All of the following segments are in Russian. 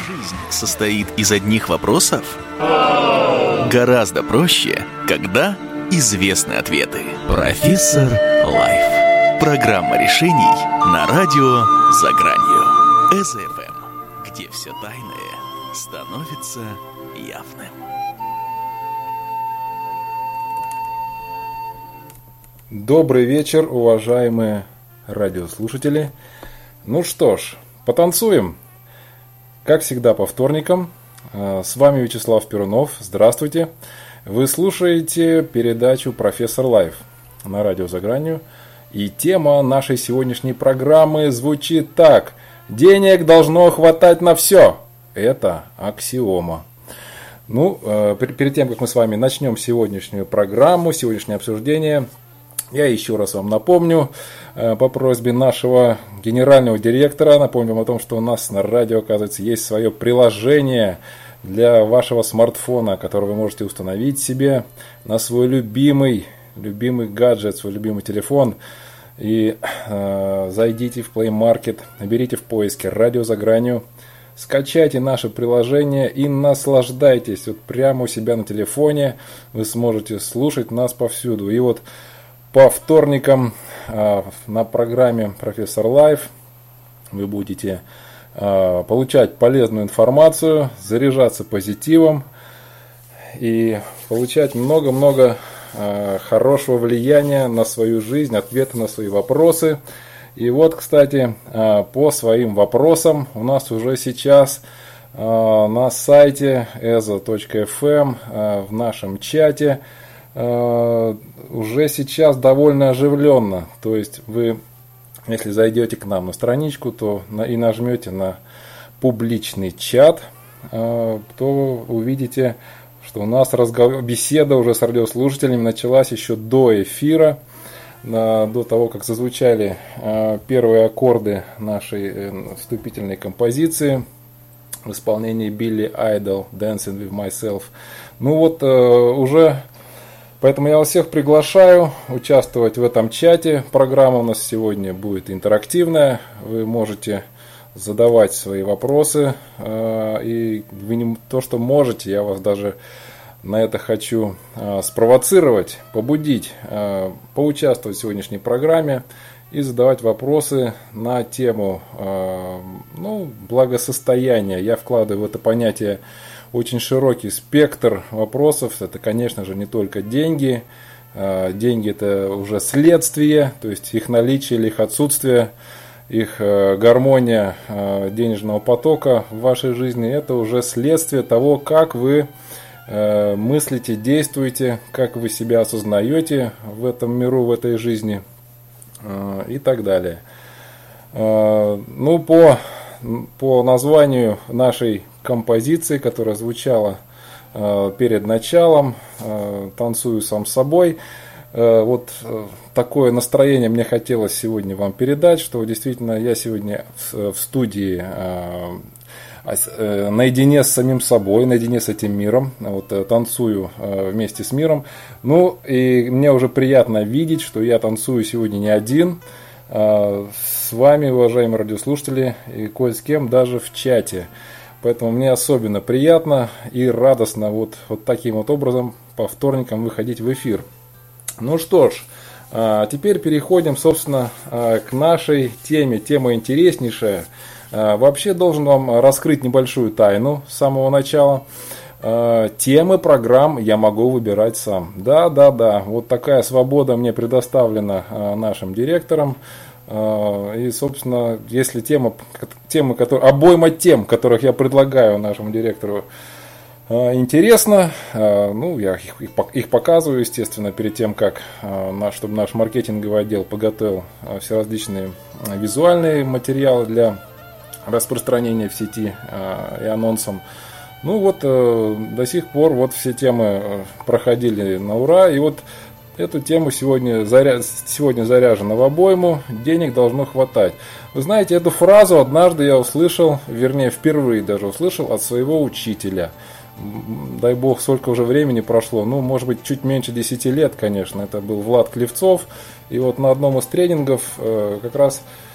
Жизнь состоит из одних вопросов? Гораздо проще, когда известны ответы. Профессор Лайф. Программа решений на радио «За гранью». СФМ, где все тайное становится явным. Добрый вечер, уважаемые радиослушатели. Ну что ж, потанцуем. Как всегда по вторникам. С вами Вячеслав Перунов. Здравствуйте. Вы слушаете передачу «Профессор Лайф» на радио «За гранью». И тема нашей сегодняшней программы звучит так. Денег должно хватать на все. Это аксиома. Ну, перед тем, как мы с вами начнем сегодняшнюю программу, сегодняшнее обсуждение, я еще раз вам напомню, по просьбе нашего генерального директора, напомню вам о том, что у нас на радио, оказывается, есть свое приложение для вашего смартфона, которое вы можете установить себе на свой любимый гаджет, свой любимый телефон. И зайдите в Play Market, наберите в поиске «Радио за гранью», скачайте наше приложение и наслаждайтесь. Вот прямо у себя на телефоне вы сможете слушать нас повсюду. И вот по вторникам на программе «Профессор Лайф» вы будете получать полезную информацию, заряжаться позитивом и получать много-много хорошего влияния на свою жизнь, ответы на свои вопросы. И вот, кстати, по своим вопросам у нас уже сейчас на сайте ezo.fm в нашем чате уже сейчас довольно оживленно. То есть вы, если зайдете к нам на страничку, то и нажмете на публичный чат, то увидите, что у нас беседа уже с радиослушателями началась еще до эфира, до того, как зазвучали первые аккорды нашей вступительной композиции в исполнении Билли Айдол «Dancing with Myself». Ну вот уже... Поэтому я вас всех приглашаю участвовать в этом чате. Программа у нас сегодня будет интерактивная. Вы можете задавать свои вопросы. И вы не то, что можете, я вас даже на это хочу спровоцировать, побудить, поучаствовать в сегодняшней программе и задавать вопросы на тему благосостояния. Я вкладываю в это понятие очень широкий спектр вопросов. Это, конечно же, не только деньги. Деньги – это уже следствие, то есть их наличие или их отсутствие, их гармония денежного потока в вашей жизни – это уже следствие того, как вы мыслите, действуете, как вы себя осознаете в этом миру, в этой жизни и так далее. Ну, по названию нашей композиции, которая звучала перед началом, «Танцую сам с собой». Вот такое настроение мне хотелось сегодня вам передать, что действительно я сегодня в студии наедине с самим собой, наедине с этим миром, вот, танцую вместе с миром. Ну и мне уже приятно видеть, что я танцую сегодня не один, с вами, уважаемые радиослушатели, и кое с кем даже в чате. Поэтому мне особенно приятно и радостно вот таким вот образом по вторникам выходить в эфир. Ну что ж, теперь переходим, собственно, к нашей теме. Тема интереснейшая. Вообще должен вам раскрыть небольшую тайну с самого начала. Темы программ я могу выбирать сам. Да, вот такая свобода мне предоставлена нашим директором. И, собственно, если обойма тем, которых я предлагаю нашему директору, интересно, ну, я их показываю, естественно, перед тем, как чтобы наш маркетинговый отдел подготовил все различные визуальные материалы для распространения в сети и анонсом. Ну вот до сих пор вот все темы проходили на ура, и вот эту тему сегодня заряжена в обойму. Денег должно хватать. Вы знаете, эту фразу однажды я услышал, вернее впервые даже услышал от своего учителя. Дай бог, сколько уже времени прошло, ну, может быть, чуть меньше 10 лет, конечно. Это был Влад Клевцов. И вот на одном из тренингов как раз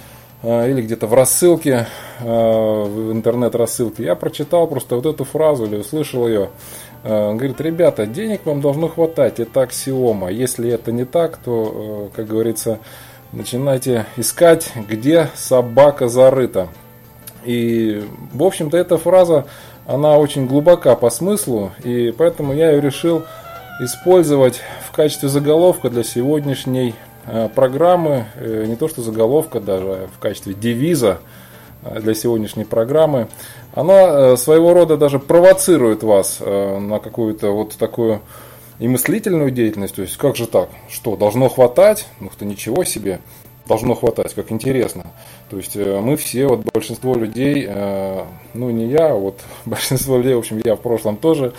или где-то в рассылке, в интернет-рассылке, я прочитал просто вот эту фразу или услышал ее. Он говорит: ребята, денег вам должно хватать, это аксиома. Если это не так, то, как говорится, начинайте искать, где собака зарыта. И, в общем-то, эта фраза, она очень глубока по смыслу, и поэтому я ее решил использовать в качестве заголовка для сегодняшней программы, не то что заголовка, даже в качестве девиза для сегодняшней программы. Она своего рода даже провоцирует вас на какую-то вот такую и мыслительную деятельность. То есть, как же так? Что, должно хватать? Ну-то ничего себе, должно хватать, как интересно. То есть, мы все, вот большинство людей, ну не я, вот большинство людей, в общем, я в прошлом тоже,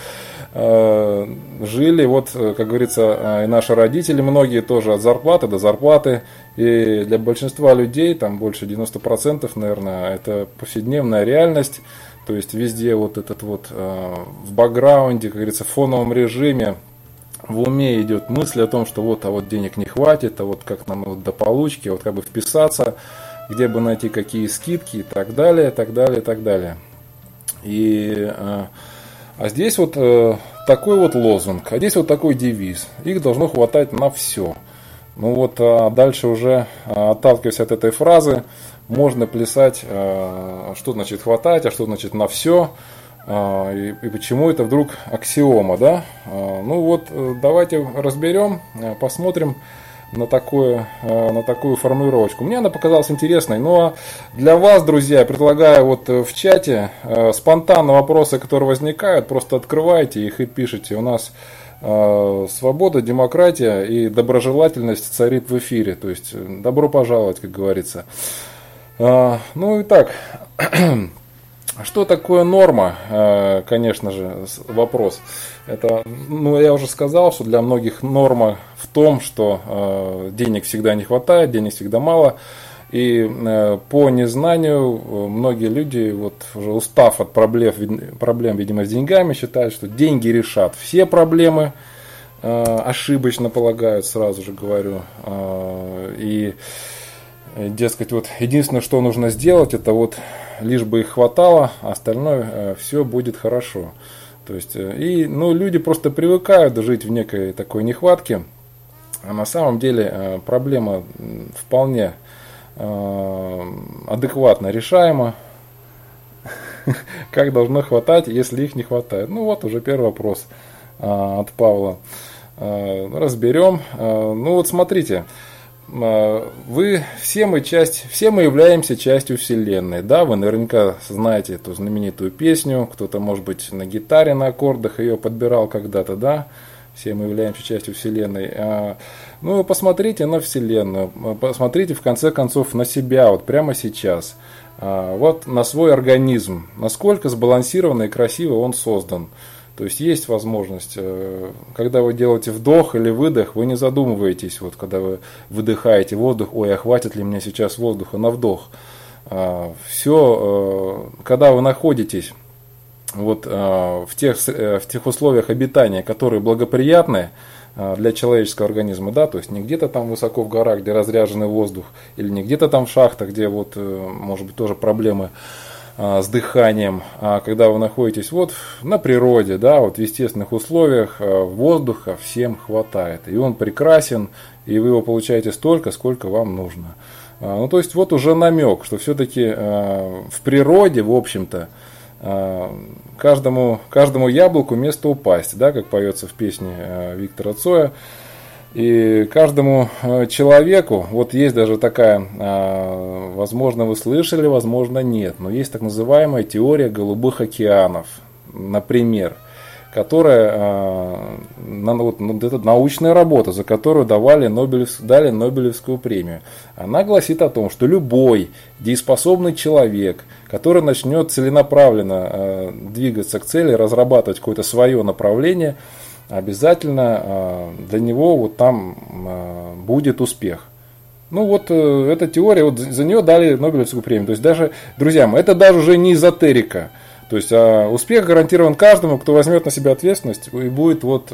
жили, вот, как говорится, и наши родители, многие тоже от зарплаты до зарплаты. И для большинства людей, там больше 90%, наверное, это повседневная реальность. То есть везде вот этот вот в бэкграунде, как говорится, в фоновом режиме в уме идет мысль о том, что вот, а вот денег не хватит, а вот как нам вот до получки, вот как бы вписаться, где бы найти какие скидки и так далее, так далее, так далее. И а здесь вот такой вот лозунг, а здесь вот такой девиз. Их должно хватать на все. Ну вот, а дальше уже, отталкиваясь от этой фразы, можно плясать, что значит хватать, а что значит на все. И почему это вдруг аксиома, да? Ну вот, давайте разберем, посмотрим на такую формулировочку. Мне она показалась интересной. Ну а для вас, друзья, я предлагаю вот в чате спонтанно вопросы, которые возникают, просто открывайте их и пишите. У нас свобода, демократия и доброжелательность царит в эфире. То есть добро пожаловать, как говорится. Ну и так, что такое норма? Конечно же, вопрос. Это, ну, я уже сказал, что для многих норма в том, что денег всегда не хватает, денег всегда мало. И по незнанию многие люди, вот уже устав от проблем, видимо, с деньгами, считают, что деньги решат все проблемы. Ошибочно полагают, сразу же говорю. И, дескать, вот единственное, что нужно сделать, это вот лишь бы их хватало, а остальное все будет хорошо. То есть, и, ну, люди просто привыкают жить в некой такой нехватке. А на самом деле проблема вполне адекватно решаема. Как должно хватать, если их не хватает? Ну вот уже первый вопрос от Павла. Разберем. Ну вот смотрите, все мы являемся частью Вселенной. Да, вы наверняка знаете эту знаменитую песню. Кто-то, может быть, на гитаре, на аккордах ее подбирал когда-то, да? Все мы являемся частью Вселенной. Ну, посмотрите на Вселенную, посмотрите, в конце концов, на себя, вот прямо сейчас. Вот на свой организм, насколько сбалансированно и красиво он создан. То есть есть возможность, когда вы делаете вдох или выдох, вы не задумываетесь, вот когда вы выдыхаете воздух, ой, а хватит ли мне сейчас воздуха на вдох. Все, когда вы находитесь вот в тех условиях обитания, которые благоприятны для человеческого организма, да, то есть не где-то там высоко в горах, где разряженный воздух, или не где-то там в шахтах, где вот, может быть, тоже проблемы с дыханием, а когда вы находитесь вот на природе, да, вот в естественных условиях, воздуха всем хватает, и он прекрасен, и вы его получаете столько, сколько вам нужно. Ну, то есть вот уже намек, что все-таки в природе, в общем-то, каждому яблоку место упасть, да, как поется в песне Виктора Цоя. И каждому человеку, вот есть даже такая, возможно, вы слышали, возможно, нет, но есть так называемая теория голубых океанов, например, которая, это научная работа, за которую дали Нобелевскую премию. Она гласит о том, что любой дееспособный человек, который начнет целенаправленно двигаться к цели, разрабатывать какое-то свое направление, обязательно для него вот там будет успех. Ну вот эта теория, вот за нее дали Нобелевскую премию. То есть даже, друзья мои, это даже уже не эзотерика. То есть успех гарантирован каждому, кто возьмет на себя ответственность и будет вот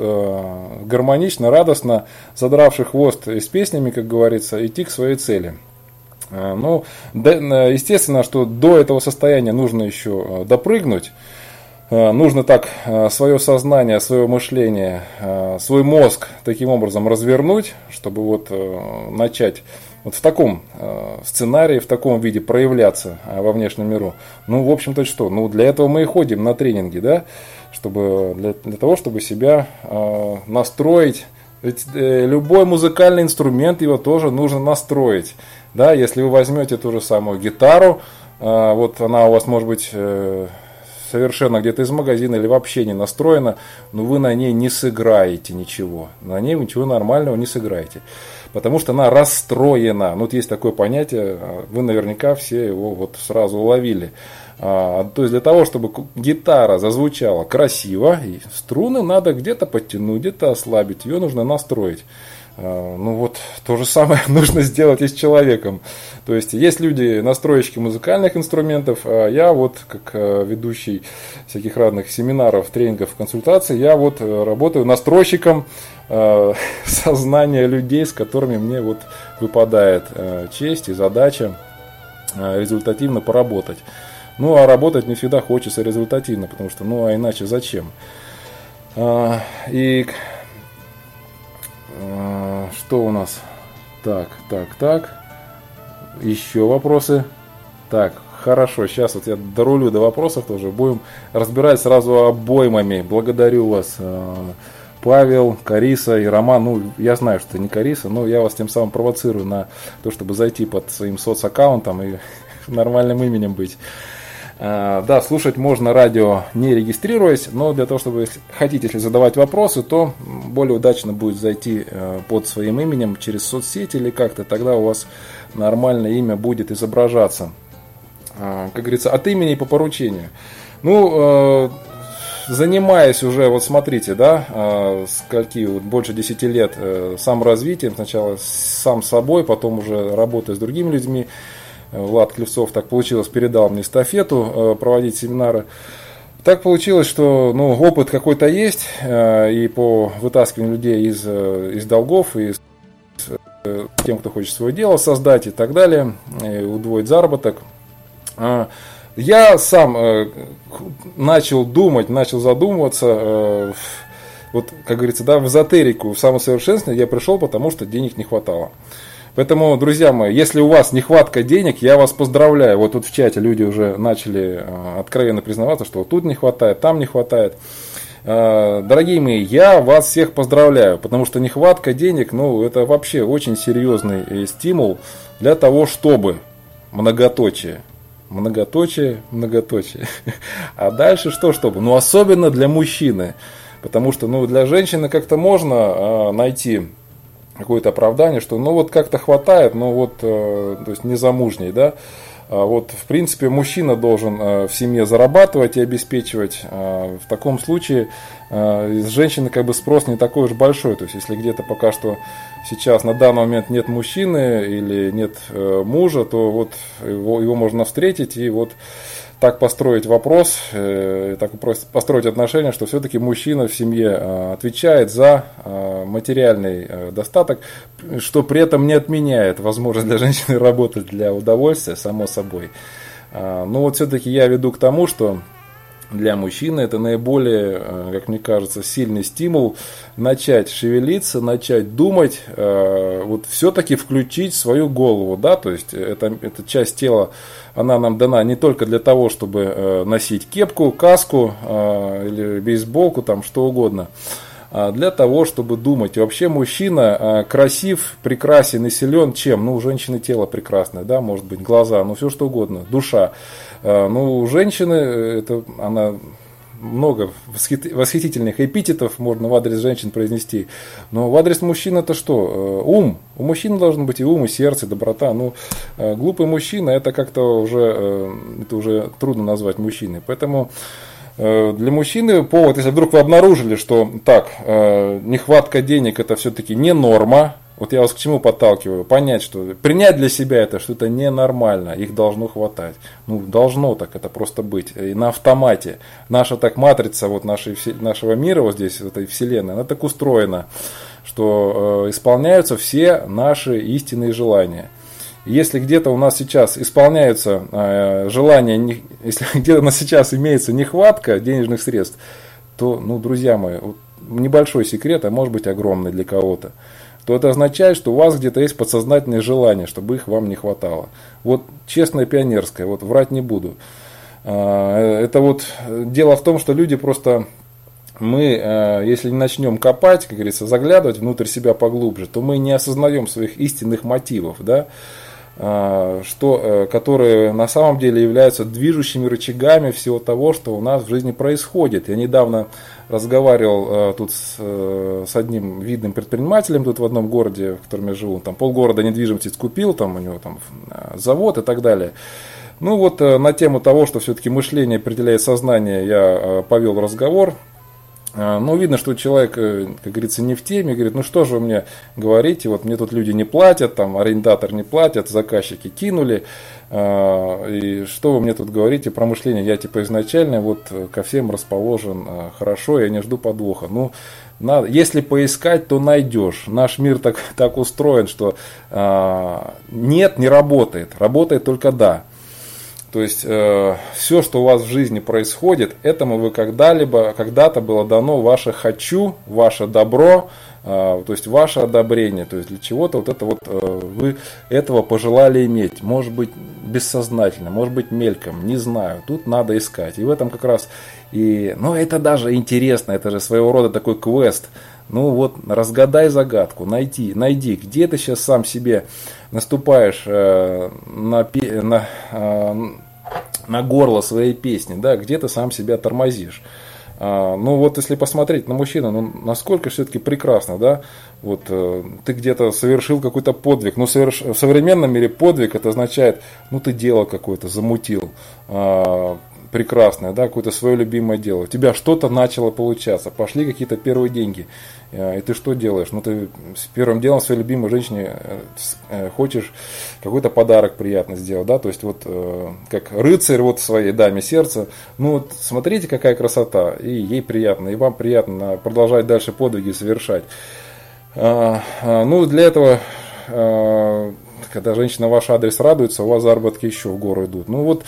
гармонично, радостно, задравший хвост и с песнями, как говорится, идти к своей цели. Ну, естественно, что до этого состояния нужно еще допрыгнуть. Нужно так свое сознание, свое мышление, свой мозг таким образом развернуть, чтобы вот начать вот в таком сценарии, в таком виде проявляться во внешнем миру. Ну, в общем-то, что? Ну, для этого мы и ходим на тренинги, да? Для того, чтобы себя настроить. Ведь любой музыкальный инструмент, его тоже нужно настроить. Да? Если вы возьмете ту же самую гитару, вот она у вас может быть совершенно где-то из магазина или вообще не настроена, но вы на ней не сыграете ничего. На ней вы ничего нормального не сыграете. Потому что она расстроена. Ну, вот есть такое понятие, вы наверняка все его вот сразу уловили. То есть для того, чтобы гитара зазвучала красиво, и струны надо где-то подтянуть, где-то ослабить, ее нужно настроить. Ну вот то же самое нужно сделать и с человеком. То есть есть люди, настройщики музыкальных инструментов, а я вот как ведущий всяких разных семинаров, тренингов, консультаций, я вот работаю настройщиком сознания людей, с которыми мне вот выпадает честь и задача результативно поработать. Ну а работать не всегда хочется результативно, потому что ну а иначе зачем? И что у нас? Так. Еще вопросы? Так, хорошо, сейчас вот я дорулю до вопросов тоже. Будем разбирать сразу обоймами. Благодарю вас, Павел, Кариса и Роман. Ну, я знаю, что это не Кариса, но я вас тем самым провоцирую на то, чтобы зайти под своим соцаккаунтом и нормальным именем быть. Да, слушать можно радио не регистрируясь, но для того, чтобы если задавать вопросы, то более удачно будет зайти под своим именем через соцсети или как-то, тогда у вас нормальное имя будет изображаться. Как говорится, от имени и по поручению. Ну, занимаясь уже, вот смотрите, да, больше 10 лет саморазвитием, сначала сам собой, потом уже работая с другими людьми, Влад Клевцов, так получилось, передал мне эстафету проводить семинары. Так получилось, что ну, опыт какой-то есть и по вытаскиванию людей из долгов, и тем, кто хочет свое дело создать и так далее, и удвоить заработок. Я сам начал задумываться, вот, как говорится, да, в эзотерику, в самосовершенствование я пришел, потому что денег не хватало. Поэтому, друзья мои, если у вас нехватка денег, я вас поздравляю. Вот тут в чате люди уже начали откровенно признаваться, что вот тут не хватает, там не хватает. Дорогие мои, я вас всех поздравляю, потому что нехватка денег, ну, это вообще очень серьезный стимул для того, чтобы многоточие. А дальше что, чтобы? Ну, особенно для мужчины. Потому что, ну, для женщины как-то можно найти какое-то оправдание, что ну вот как-то хватает, но вот, то есть незамужний, да, вот в принципе мужчина должен в семье зарабатывать и обеспечивать, в таком случае из женщины как бы спрос не такой уж большой, то есть если где-то пока что сейчас на данный момент нет мужчины или нет мужа, то вот его можно встретить и вот так построить вопрос, так построить отношения, что все-таки мужчина в семье отвечает за материальный достаток, что при этом не отменяет возможность для женщины работать для удовольствия, само собой. Но вот все-таки я веду к тому, что для мужчины это наиболее, как мне кажется, сильный стимул начать шевелиться, начать думать, вот все-таки включить свою голову, да, то есть эта часть тела, она нам дана не только для того, чтобы носить кепку, каску или бейсболку, там что угодно, а для того, чтобы думать. И вообще мужчина красив, прекрасен и силен чем? Ну, у женщины тело прекрасное, да, может быть, глаза, ну все что угодно, душа. Ну, у женщины, она много восхитительных эпитетов можно в адрес женщин произнести. Но в адрес мужчин это что? Ум. У мужчины должен быть и ум, и сердце, и доброта. Ну, глупый мужчина, это как-то уже трудно назвать мужчиной. Поэтому для мужчины повод, если вдруг вы обнаружили, что так, нехватка денег это все-таки не норма. Вот я вас к чему подталкиваю? Понять, что принять для себя это, что это ненормально, их должно хватать. Ну, должно так это просто быть. И на автомате. Наша так матрица вот нашего мира, вот здесь, в этой вселенной, она так устроена, что исполняются все наши истинные желания. Если где-то у нас сейчас исполняются желания, если где-то у нас сейчас имеется нехватка денежных средств, то, ну, друзья мои, небольшой секрет, а может быть огромный для кого-то, то это означает, что у вас где-то есть подсознательные желания, чтобы их вам не хватало. Вот честное пионерское, вот врать не буду. Это вот дело в том, что люди просто, мы, если не начнем копать, как говорится, заглядывать внутрь себя поглубже, то мы не осознаем своих истинных мотивов, да, которые на самом деле являются движущими рычагами всего того, что у нас в жизни происходит. Я недавно разговаривал тут с одним видным предпринимателем тут в одном городе, в котором я живу, там полгорода недвижимости купил, там у него там завод и так далее. Ну вот на тему того, что все-таки мышление определяет сознание, я повел разговор. Ну, видно, что человек, как говорится, не в теме, говорит, ну что же вы мне говорите, вот мне тут люди не платят, там арендатор не платят, заказчики кинули, и что вы мне тут говорите про мышление, я типа изначально вот ко всем расположен хорошо, я не жду подвоха. Ну, если поискать, то найдешь. Наш мир так устроен, что нет, не работает, работает только да. То есть все, что у вас в жизни происходит, этому вы когда-то было дано ваше хочу, ваше добро, то есть ваше одобрение. То есть для чего-то вот это вот вы этого пожелали иметь. Может быть бессознательно, может быть мельком, не знаю. Тут надо искать. И в этом как раз ну это даже интересно, это же своего рода такой квест. Ну вот, разгадай загадку, найди, где ты сейчас сам себе наступаешь на горло своей песни, да, где ты сам себя тормозишь. Ну вот, если посмотреть на мужчину, ну насколько все-таки прекрасно, да, вот ты где-то совершил какой-то подвиг, ну в современном мире подвиг это означает, ну ты дело какое-то замутил, прекрасное, да, какое-то свое любимое дело. У тебя что-то начало получаться, пошли какие-то первые деньги. И ты что делаешь? Ну, ты с первым делом своей любимой женщине хочешь какой-то подарок приятно сделать, да, то есть вот как рыцарь вот своей даме сердца. Ну, вот смотрите, какая красота, и ей приятно, и вам приятно продолжать дальше подвиги совершать. Ну, для этого, когда женщина в ваш адрес радуется, у вас заработки еще в гору идут. Ну вот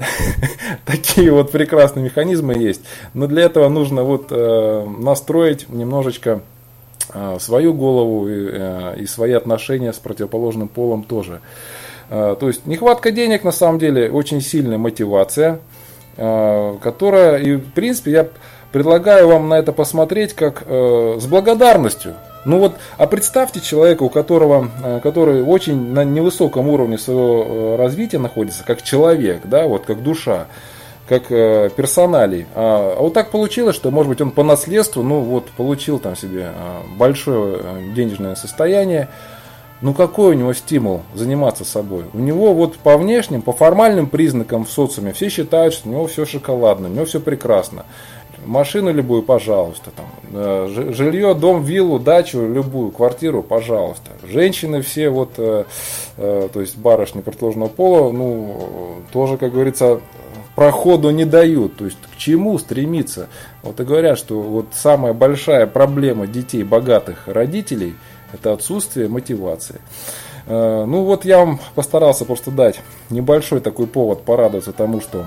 такие вот прекрасные механизмы есть. Но для этого нужно вот настроить немножечко свою голову и свои отношения с противоположным полом тоже. То есть нехватка денег на самом деле очень сильная мотивация, которая, и в принципе я предлагаю вам на это посмотреть как с благодарностью. Ну вот, а представьте человека, который очень на невысоком уровне своего развития находится, как человек, да, вот как душа, как персоналий. А вот так получилось, что, может быть, он по наследству, ну вот, получил там себе большое денежное состояние. Ну какой у него стимул заниматься собой? У него вот по внешним, по формальным признакам в социуме все считают, что у него все шоколадно, у него все прекрасно. Машину любую, пожалуйста, там, жилье, дом, виллу, дачу, любую, квартиру, пожалуйста. Женщины все, вот, то есть барышни противоположного пола, ну, тоже, как говорится, проходу не дают. То есть к чему стремиться? Вот и говорят, что вот самая большая проблема детей богатых родителей – это отсутствие мотивации. Ну вот я вам постарался просто дать небольшой такой повод порадоваться тому, что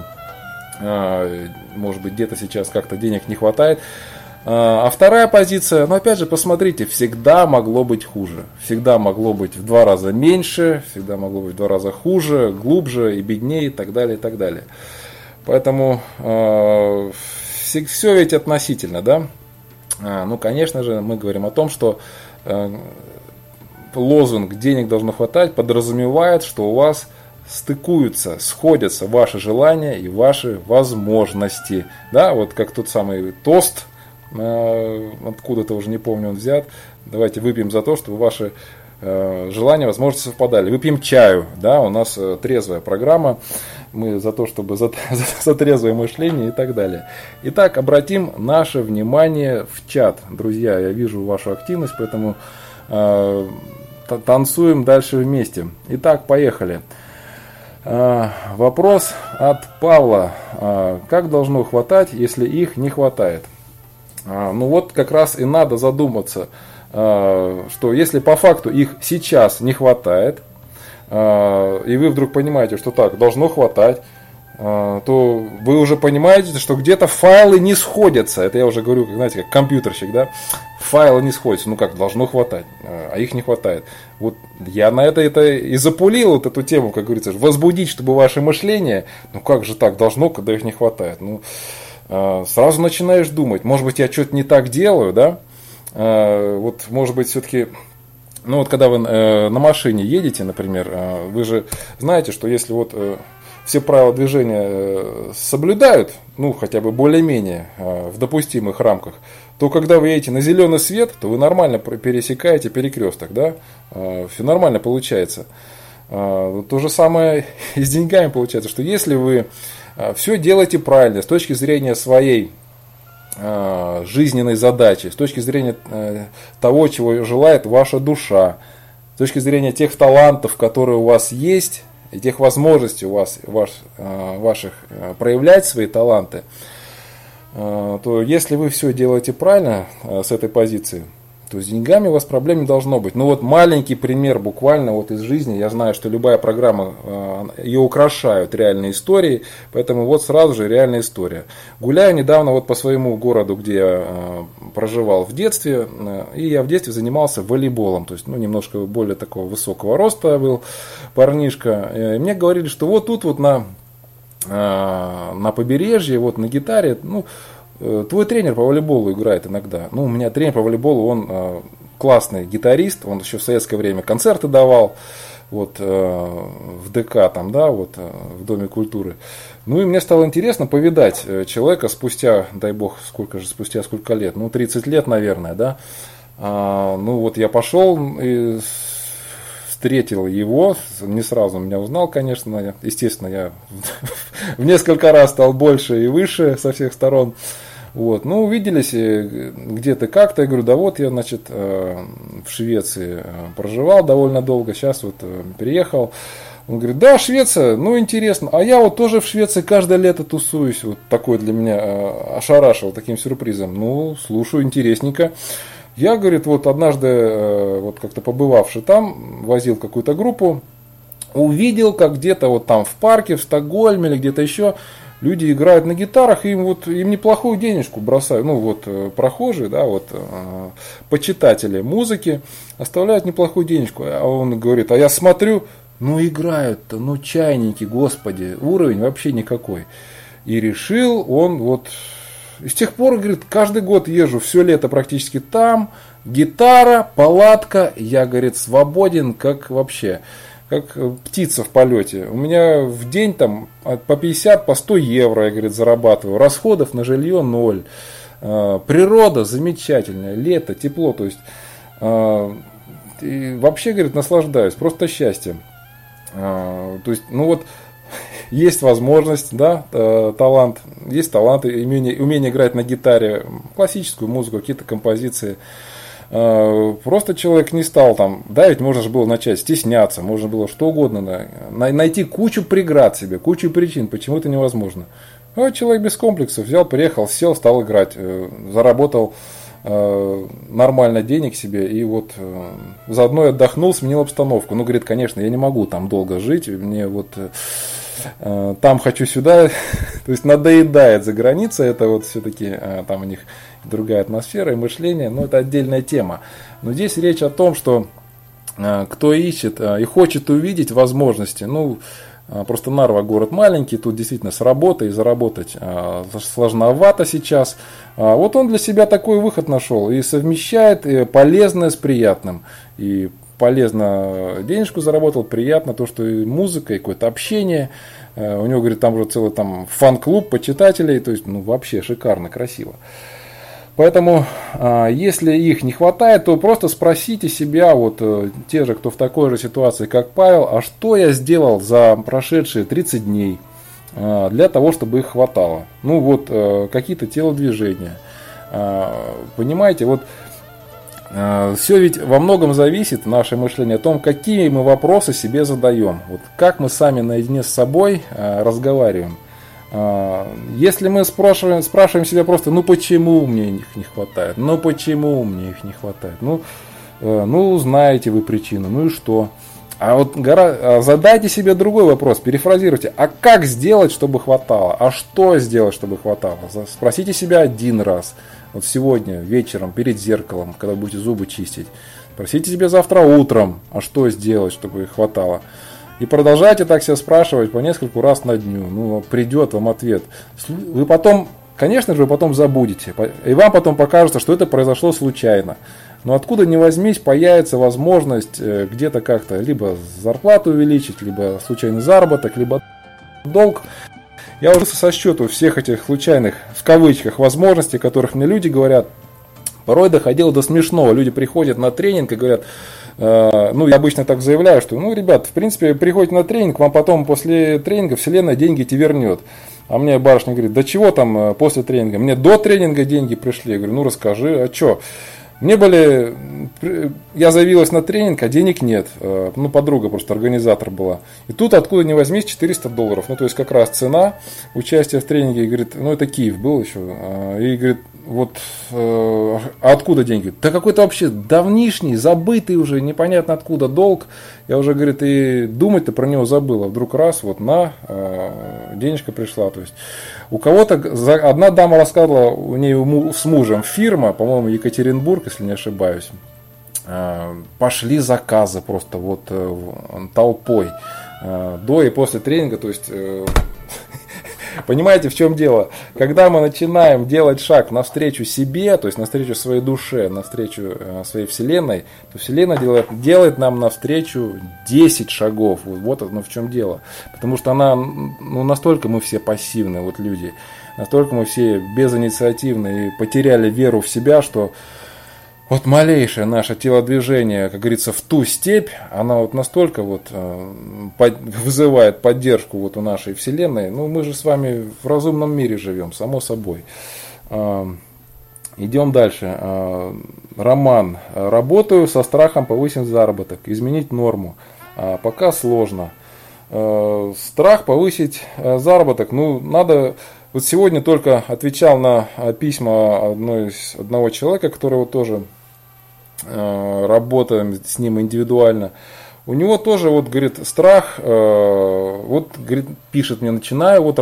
может быть где-то сейчас как-то денег не хватает. А вторая позиция, ну опять же посмотрите, всегда могло быть хуже. Всегда могло быть в 2 раза меньше, всегда могло быть в 2 раза хуже, глубже и беднее и так далее, и так далее. Поэтому все ведь относительно, да. Ну конечно же мы говорим о том, что лозунг «денег должно хватать» подразумевает, что у вас стыкуются, сходятся ваши желания и ваши возможности. Да, вот как тот самый тост, откуда-то уже не помню он взят. Давайте выпьем за то, чтобы ваши желания, возможности совпадали. Выпьем чаю, да, у нас трезвая программа. Мы за то, чтобы за трезвое мышление и так далее. Итак, обратим наше внимание в чат. Друзья, я вижу вашу активность, поэтому танцуем дальше вместе. Итак, поехали. Вопрос от Павла. Как должно хватать, если их не хватает? Ну вот как раз и надо задуматься, что если по факту их сейчас не хватает, и вы вдруг понимаете, что так, должно хватать, то вы уже понимаете, что где-то файлы не сходятся. Это я уже говорю, знаете, как компьютерщик, да? Файлы не сходятся, ну как, должно хватать, а их не хватает. Вот я на это и запулил вот эту тему, как говорится, возбудить, чтобы ваше мышление, ну как же так должно, когда их не хватает. Ну, сразу начинаешь думать, может быть, я что-то не так делаю, да? Вот, может быть, все-таки... Ну вот когда вы на машине едете, например, вы же знаете, что если вот все правила движения соблюдают, ну хотя бы более-менее в допустимых рамках, то когда вы едете на зеленый свет, то вы нормально пересекаете перекресток, да, все нормально получается. То же самое и с деньгами получается, что если вы все делаете правильно с точки зрения своей жизненной задачи, с точки зрения того, чего желает ваша душа, с точки зрения тех талантов, которые у вас есть, и тех возможностей у вас, ваших проявлять свои таланты, то если вы все делаете правильно с этой позиции, то с деньгами у вас проблем не должно быть. Ну вот маленький пример буквально вот из жизни. Я знаю, что любая программа, ее украшают реальные истории, поэтому вот сразу же реальная история. Гуляю недавно вот по своему городу, где я проживал в детстве, и я в детстве занимался волейболом, то есть ну, немножко более такого высокого роста был парнишка. И мне говорили, что вот тут вот на побережье, вот на гитаре, ну, твой тренер по волейболу играет иногда. Ну, у меня тренер по волейболу, он классный гитарист, он еще в советское время концерты давал, вот, в ДК, там, да, вот, в Доме культуры. Ну, и мне стало интересно повидать человека спустя, дай бог, спустя сколько лет, ну, 30 лет, наверное, да. Ну, вот я пошел и встретил его, не сразу меня узнал, конечно, естественно, я в несколько раз стал больше и выше со всех сторон. Вот. Ну, увиделись где-то как-то, я говорю, да вот я, значит, в Швеции проживал довольно долго, сейчас вот переехал. Он говорит, да, Швеция, ну интересно, а я вот тоже в Швеции каждое лето тусуюсь, вот такой для меня ошарашил таким сюрпризом. Ну, слушаю, интересненько. Я, говорит, вот однажды, вот как-то побывавший там, возил какую-то группу, увидел, как где-то вот там в парке, в Стокгольме или где-то еще, люди играют на гитарах, и им неплохую денежку бросают, ну вот прохожие, да, вот почитатели музыки оставляют неплохую денежку. А он говорит, а я смотрю, ну играют-то, ну чайники, господи, уровень вообще никакой. И решил он вот... И с тех пор, говорит, каждый год езжу, все лето практически там, гитара, палатка, я, говорит, свободен, как вообще, как птица в полете. У меня в день там по 50, по 100 евро, я, говорит, зарабатываю, расходов на жилье 0. Природа замечательная, лето, тепло, то есть и вообще, говорит, наслаждаюсь, просто счастье. То есть, ну вот, есть возможность, да, талант, есть талант, умение играть на гитаре, классическую музыку, какие-то композиции. Просто человек не стал там, да, ведь можно же было начать стесняться, можно было что угодно, найти кучу преград себе, кучу причин, почему это невозможно. А человек без комплексов взял, приехал, сел, стал играть, заработал нормально денег себе и вот заодно и отдохнул, сменил обстановку. Ну, говорит, конечно, я не могу там долго жить, мне вот там хочу сюда, то есть надоедает за границей, это вот все-таки там у них другая атмосфера и мышление, но это отдельная тема. Но здесь речь о том, что кто ищет и хочет увидеть возможности, ну, просто Нарва город маленький, тут действительно с работой заработать сложновато сейчас. Вот он для себя такой выход нашел и совмещает полезное с приятным. И полезно денежку заработал, приятно то, что и музыка, и какое-то общение. У него, говорит, там уже целый там фан-клуб почитателей, то есть ну, вообще шикарно, красиво. Поэтому, если их не хватает, то просто спросите себя, вот те же, кто в такой же ситуации, как Павел, а что я сделал за прошедшие 30 дней для того, чтобы их хватало? Ну вот, какие-то телодвижения. Понимаете, вот все ведь во многом зависит, наше мышление, о том, какие мы вопросы себе задаем. Вот как мы сами наедине с собой разговариваем. Если мы спрашиваем себя просто, ну почему мне их не хватает, ну знаете вы причину, ну и что? А вот задайте себе другой вопрос, перефразируйте. А как сделать, чтобы хватало? А что сделать, чтобы хватало? Спросите себя один раз. Вот сегодня вечером перед зеркалом, когда будете зубы чистить. Спросите себя завтра утром, а что сделать, чтобы хватало. И продолжайте так себя спрашивать по нескольку раз на дню. Ну, придет вам ответ. Вы потом, конечно же, вы потом забудете. И вам потом покажется, что это произошло случайно. Но откуда ни возьмись, появится возможность где-то как-то либо зарплату увеличить, либо случайный заработок, либо долг. Я уже со счету всех этих случайных, в кавычках, возможностей, которых мне люди говорят, порой доходило до смешного. Люди приходят на тренинг и говорят, ну, я обычно так заявляю, что, ну, ребят, в принципе, приходите на тренинг, вам потом после тренинга Вселенная деньги тебе вернет. А мне барышня говорит, да чего там после тренинга? Мне до тренинга деньги пришли. Я говорю, ну, расскажи, а что? Я заявилась на тренинг, а денег нет. Ну, подруга просто организатор была. И тут откуда ни возьмись $400. Ну, то есть как раз цена участия в тренинге. И говорит, ну, это Киев был еще. И говорит, вот, а откуда деньги? Да какой-то вообще давнишний, забытый уже, непонятно откуда долг. Я уже, говорит, и думать-то про него забыл. А вдруг раз, вот денежка пришла. То есть у кого-то, одна дама рассказывала, у нее с мужем фирма, по-моему, Екатеринбург, если не ошибаюсь, пошли заказы просто вот толпой до и после тренинга. То есть, понимаете, в чем дело? Когда мы начинаем делать шаг навстречу себе, то есть навстречу своей душе, навстречу своей Вселенной, то Вселенная делает нам навстречу 10 шагов. Вот оно в чем дело. Потому что она, ну, настолько мы все пассивные, вот люди, настолько мы все безинициативны и потеряли веру в себя, что вот малейшее наше телодвижение, как говорится, в ту степь, она вот настолько вот вызывает поддержку вот у нашей Вселенной. Ну, мы же с вами в разумном мире живем, само собой. Идем дальше. Роман. Работаю со страхом повысить заработок, изменить норму. Пока сложно. Страх повысить заработок. Ну, надо... Вот сегодня только отвечал на письма одного человека, которого тоже работаем с ним индивидуально. У него тоже, вот, говорит, страх, вот, говорит, пишет мне, начинаю вот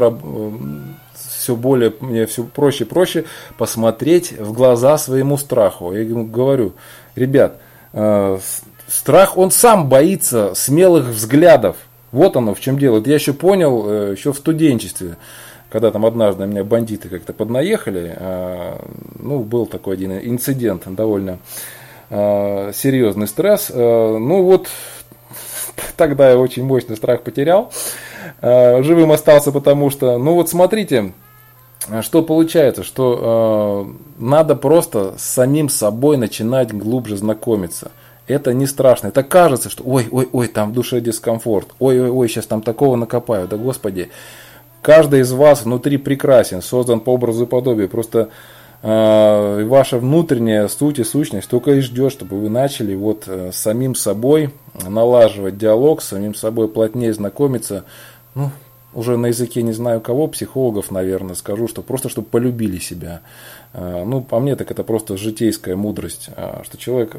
мне все проще и проще посмотреть в глаза своему страху. Я ему говорю, ребят, страх, он сам боится смелых взглядов. Вот оно в чем дело. Это я еще понял еще в студенчестве. Когда там однажды меня бандиты как-то поднаехали, ну, был такой один инцидент, довольно серьезный стресс. Ну, вот тогда я очень мощный страх потерял. Живым остался, потому что, ну, вот смотрите, что получается, что надо просто с самим собой начинать глубже знакомиться. Это не страшно. Это кажется, что ой, там в душе дискомфорт. Ой, сейчас там такого накопаю. Да, Господи. Каждый из вас внутри прекрасен, создан по образу и подобию. Просто ваша внутренняя суть и сущность только и ждет, чтобы вы начали вот с самим собой налаживать диалог, с самим собой плотнее знакомиться. Ну, уже на языке не знаю кого, психологов, наверное, скажу, что просто чтобы полюбили себя. Ну, по мне, так это просто житейская мудрость, что человеку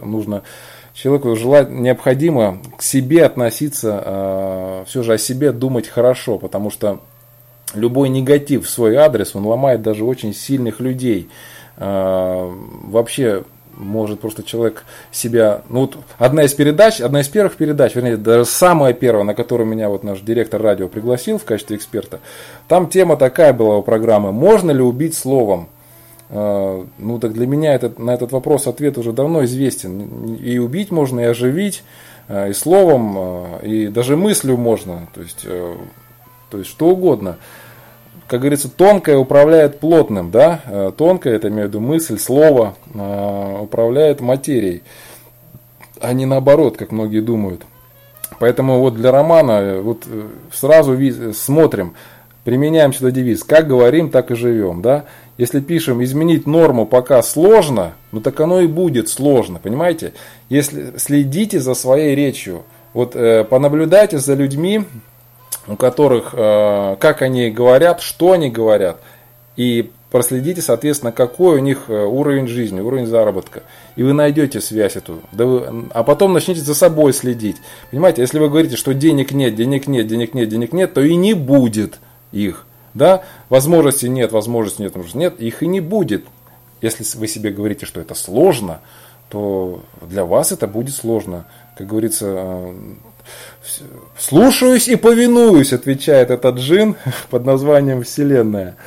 необходимо к себе относиться, все же о себе думать хорошо, потому что любой негатив в свой адрес, он ломает даже очень сильных людей. Вообще, может просто человек себя... Ну, вот одна из первых передач, вернее, даже самая первая, на которую меня вот наш директор радио пригласил в качестве эксперта, там тема такая была у программы: можно ли убить словом? Ну, так для меня на этот вопрос ответ уже давно известен. И убить можно, и оживить, и словом, и даже мыслью можно. То есть что угодно. Как говорится, тонкое управляет плотным, да? Тонкое, это имею в виду мысль, слово, управляет материей, а не наоборот, как многие думают. Поэтому вот для Романа вот сразу смотрим, применяем сюда девиз: как говорим, так и живем, да? Если пишем изменить норму пока сложно, ну так оно и будет сложно, понимаете? Если следите за своей речью, вот понаблюдайте за людьми, у которых, как они говорят, что они говорят, и проследите, соответственно, какой у них уровень жизни, уровень заработка. И вы найдете связь эту. А потом начните за собой следить. Понимаете, если вы говорите, что денег нет, то и не будет их. Да? Возможности нет, их и не будет. Если вы себе говорите, что это сложно, то для вас это будет сложно. Как говорится, слушаюсь и повинуюсь, отвечает этот джин под названием Вселенная.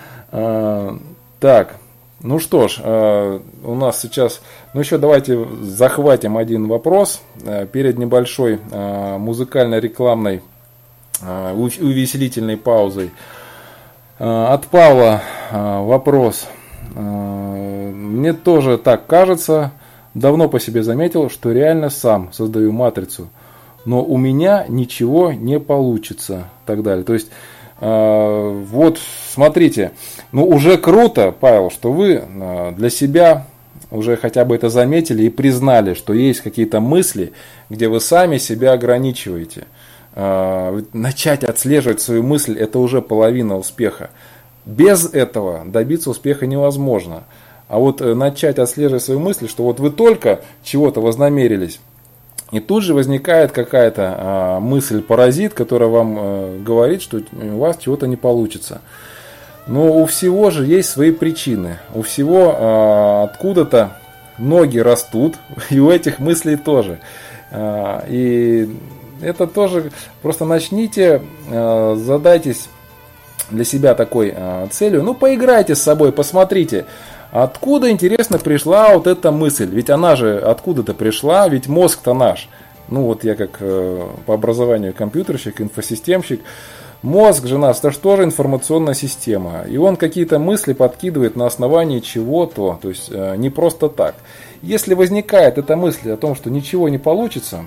Так, ну что ж, у нас сейчас, еще давайте захватим один вопрос перед небольшой музыкально-рекламной увеселительной паузой. От Павла вопрос. Мне тоже так кажется, давно по себе заметил, что реально сам создаю матрицу, но у меня ничего не получится, и так далее. То есть, вот смотрите, уже круто, Павел, что вы для себя уже хотя бы это заметили и признали, что есть какие-то мысли, где вы сами себя ограничиваете. Начать отслеживать свою мысль — это уже половина успеха. Без этого добиться успеха невозможно. А вот начать отслеживать свою мысль, что вот вы только чего-то вознамерились, и тут же возникает какая-то мысль-паразит, которая вам говорит, что у вас чего-то не получится. Но у всего же есть свои причины. У всего откуда-то ноги растут, и у этих мыслей тоже. И это тоже, просто начните, задайтесь для себя такой целью, поиграйте с собой, посмотрите, откуда, интересно, пришла вот эта мысль. Ведь она же откуда-то пришла, ведь мозг-то наш. Я как по образованию компьютерщик, инфосистемщик. Мозг же нас, это же тоже информационная система. И он какие-то мысли подкидывает на основании чего-то, то есть не просто так. Если возникает эта мысль о том, что ничего не получится,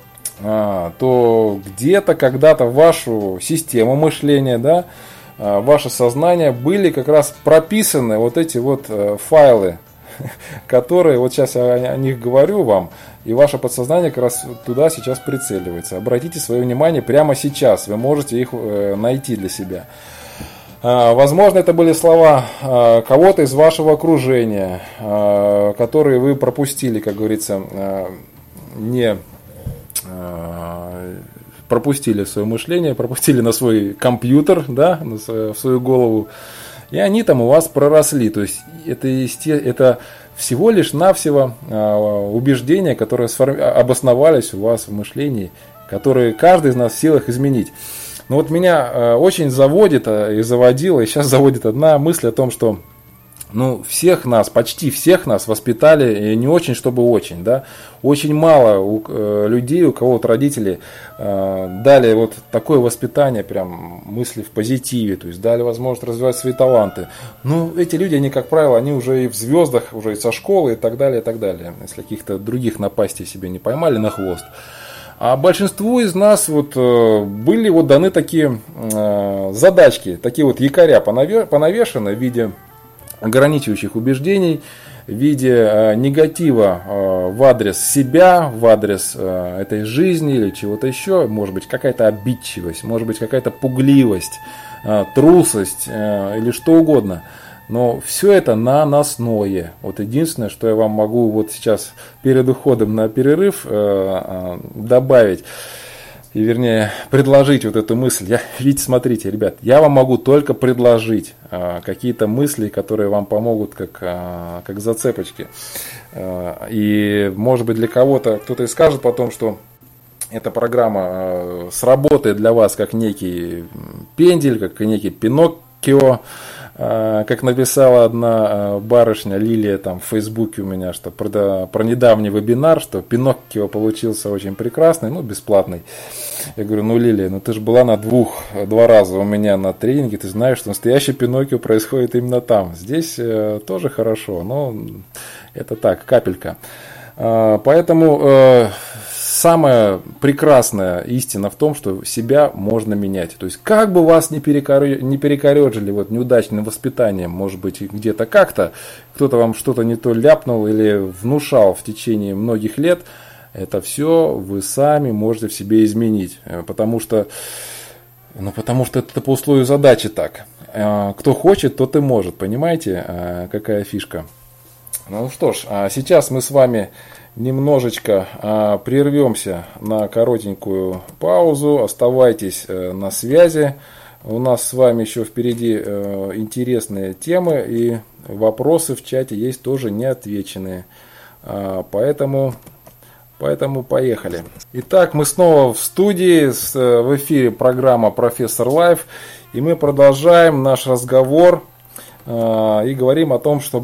то где-то, когда-то в вашу систему мышления, да, в ваше сознание были как раз прописаны вот эти вот файлы, которые, вот сейчас я о них говорю вам, и ваше подсознание как раз туда сейчас прицеливается. Обратите свое внимание прямо сейчас, вы можете их найти для себя. Возможно, это были слова кого-то из вашего окружения, которые вы пропустили, как говорится, пропустили в свое мышление, пропустили на свой компьютер, да, в свою голову, и они там у вас проросли. То есть это всего лишь навсего убеждения, которые обосновались у вас в мышлении, которые каждый из нас в силах изменить. Но вот меня очень заводит и заводила, и сейчас заводит одна мысль о том, что всех нас, почти всех нас воспитали не очень, чтобы очень, да. Очень мало людей, у кого родители дали вот такое воспитание, прям мысли в позитиве, то есть дали возможность развивать свои таланты. Эти люди, они, как правило, они уже и в звездах, уже и со школы и так далее, если каких-то других напастей себе не поймали на хвост. А большинству из нас были даны такие задачки, такие якоря понавешены в виде ограничивающих убеждений, в виде негатива в адрес себя, в адрес этой жизни или чего-то еще. Может быть, какая-то обидчивость, может быть, какая-то пугливость, трусость или что угодно. Но все это наносное. Единственное, что я вам могу сейчас перед уходом на перерыв добавить, и вернее предложить эту мысль. Видите, смотрите, ребят, я вам могу только предложить какие-то мысли, которые вам помогут как зацепочки. И может быть для кого-то, кто-то и скажет потом, что эта программа сработает для вас как некий пендель, как некий Пиноккио, как написала одна барышня Лилия там в Фейсбуке у меня, что про недавний вебинар, что Пиноккио получился очень прекрасный, бесплатный. Я говорю, Лилия, ты же была два раза у меня на тренинге, ты знаешь, что настоящий Пиноккио происходит именно там. Здесь тоже хорошо, но это так, капелька. Поэтому самая прекрасная истина в том, что себя можно менять. То есть, как бы вас не перекорежили неудачным воспитанием, может быть, где-то как-то, кто-то вам что-то не то ляпнул или внушал в течение многих лет, это все вы сами можете в себе изменить. Потому что это по условию задачи так. кто хочет, тот и может. Понимаете, какая фишка? Ну что ж, сейчас мы с вами немножечко прервемся на коротенькую паузу. Оставайтесь на связи. У нас с вами еще впереди интересные темы и вопросы в чате есть тоже неотвеченные. Поэтому поехали. Итак, мы снова в студии, в эфире программа «Профессор Лайф». И мы продолжаем наш разговор и говорим о том, что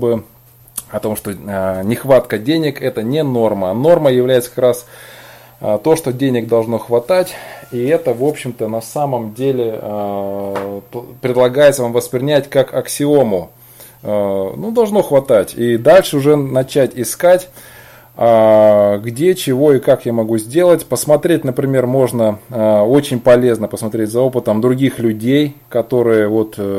нехватка денег – это не норма. Норма является как раз то, что денег должно хватать. И это, в общем-то, на самом деле предлагается вам воспринять как аксиому. Должно хватать. И дальше уже начать искать, где, чего и как я могу сделать. Посмотреть, например, можно, очень полезно посмотреть за опытом других людей, которые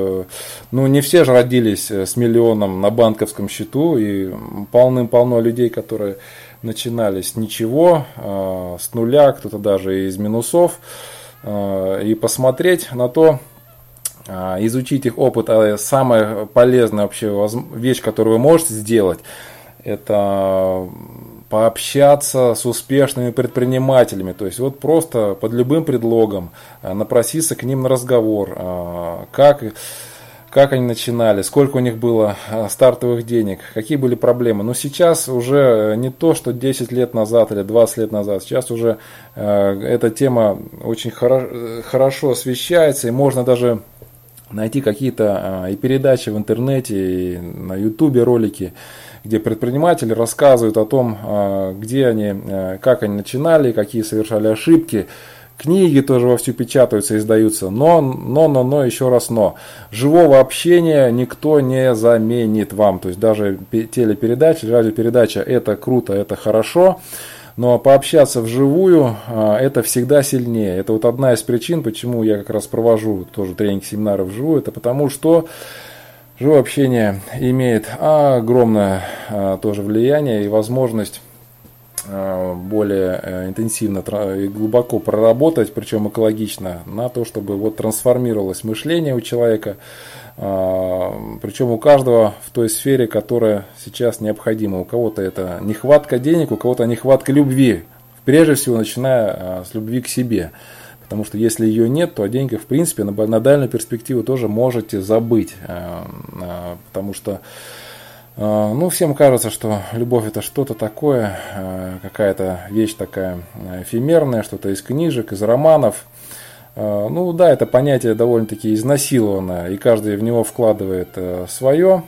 не все же родились с миллионом на банковском счету, и полным-полно людей, которые начинали с ничего, с нуля, кто-то даже из минусов, и посмотреть на то, изучить их опыт. Самая полезная вообще вещь, которую вы можете сделать, это пообщаться с успешными предпринимателями, то есть просто под любым предлогом напроситься к ним на разговор, как они начинали, сколько у них было стартовых денег, какие были проблемы. Но сейчас уже не то, что 10 лет назад или 20 лет назад, сейчас уже эта тема очень хорошо освещается, и можно даже найти какие-то и передачи в интернете, и на ютубе ролики, где предприниматели рассказывают о том, где они, как они начинали, какие совершали ошибки. Книги тоже вовсю печатаются, издаются. Но, еще раз но. Живого общения никто не заменит вам. То есть даже телепередача, радиопередача – это круто, это хорошо. Но пообщаться вживую это всегда сильнее. Это одна из причин, почему я как раз провожу тоже тренинг-семинары вживую. Это потому что живое общение имеет огромное тоже влияние и возможность более интенсивно и глубоко проработать, причем экологично, на то, чтобы трансформировалось мышление у человека, причем у каждого в той сфере, которая сейчас необходима. У кого-то это нехватка денег, у кого-то нехватка любви, прежде всего начиная с любви к себе. Потому что если ее нет, то о деньгах, в принципе, на дальнюю перспективу тоже можете забыть. Потому что всем кажется, что любовь это что-то такое, какая-то вещь такая эфемерная, что-то из книжек, из романов. Это понятие довольно-таки изнасилованное, и каждый в него вкладывает свое.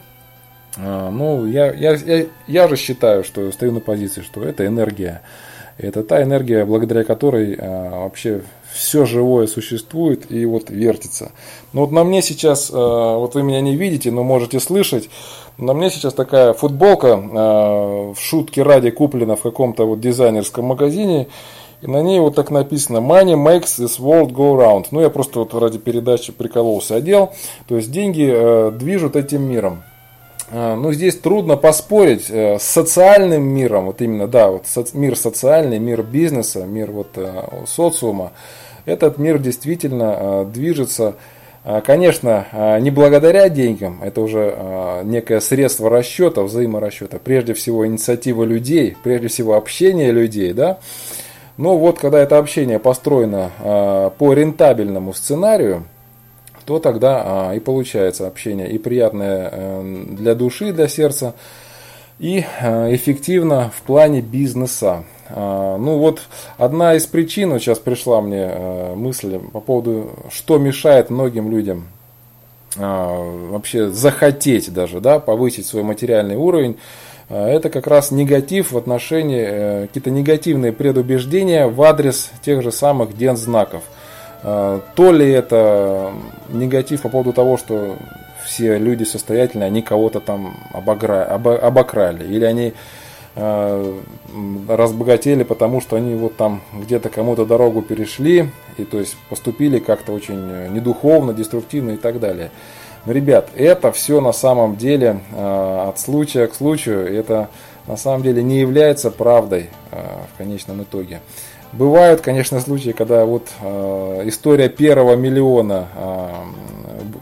Я же считаю, что стою на позиции, что это энергия. Это та энергия, благодаря которой вообще все живое существует и вертится. На мне сейчас, вы меня не видите, но можете слышать, на мне сейчас такая футболка в шутке ради куплена в каком-то дизайнерском магазине. И на ней так написано «Money makes this world go round». Я просто ради передачи прикололся, одел. То есть деньги движут этим миром. Здесь трудно поспорить с социальным миром, мир социальный, мир бизнеса, мир социума. Этот мир действительно движется, конечно, не благодаря деньгам, это уже некое средство расчета, взаиморасчета, прежде всего инициатива людей, прежде всего общение людей, да. Но когда это общение построено по рентабельному сценарию, то тогда и получается общение и приятное для души, для сердца, и эффективно в плане бизнеса. Одна из причин, сейчас пришла мне мысль по поводу, что мешает многим людям вообще захотеть даже, повысить свой материальный уровень. Это как раз негатив в отношении, какие-то негативные предубеждения в адрес тех же самых дензнаков. То ли это негатив по поводу того, что все люди состоятельные, они кого-то там обокрали, или они разбогатели, потому что они где-то кому-то дорогу перешли, и то есть поступили как-то очень недуховно, деструктивно и так далее. Но, ребят, это все на самом деле от случая к случаю, это на самом деле не является правдой в конечном итоге. Бывают, конечно, случаи, когда история первого миллиона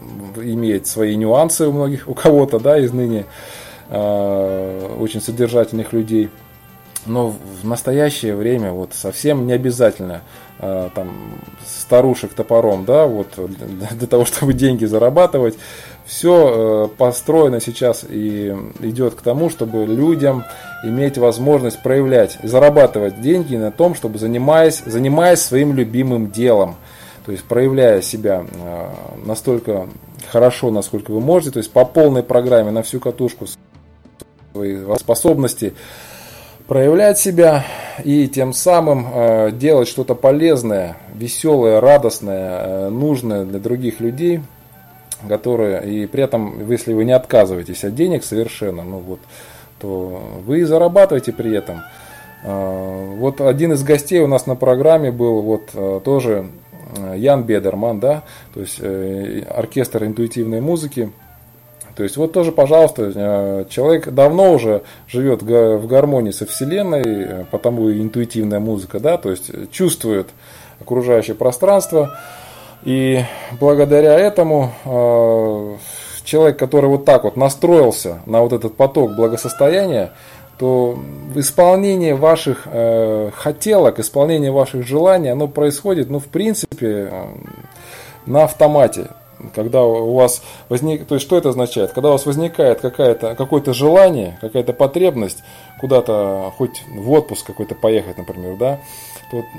имеет свои нюансы у многих, у кого-то, да, из ныне очень содержательных людей. Но в настоящее время вот совсем не обязательно там старушек топором, да, вот для того, чтобы деньги зарабатывать. Все построено сейчас и идет к тому, чтобы людям иметь возможность проявлять, зарабатывать деньги на том, чтобы занимаясь своим любимым делом. То есть проявляя себя настолько хорошо, насколько вы можете, то есть по полной программе, на всю катушку свои способности, проявлять себя и тем самым делать что-то полезное, веселое, радостное, нужное для других людей, которые, и при этом, если вы не отказываетесь от денег совершенно, ну вот, то вы зарабатываете при этом. Вот один из гостей у нас на программе был вот тоже Ян Бедерман, да, то есть оркестр интуитивной музыки. То есть вот тоже, пожалуйста, человек давно уже живет в гармонии со Вселенной, потому и интуитивная музыка, да, то есть чувствует окружающее пространство. И благодаря этому человек, который вот так вот настроился на вот этот поток благосостояния, то исполнение ваших хотелок, исполнение ваших желаний, оно происходит, ну, в принципе, на автомате. Когда у вас возникает, то есть что это означает? Когда у вас возникает какое-то желание, какая-то потребность куда-то, хоть в отпуск какой-то поехать, например, да, то вот,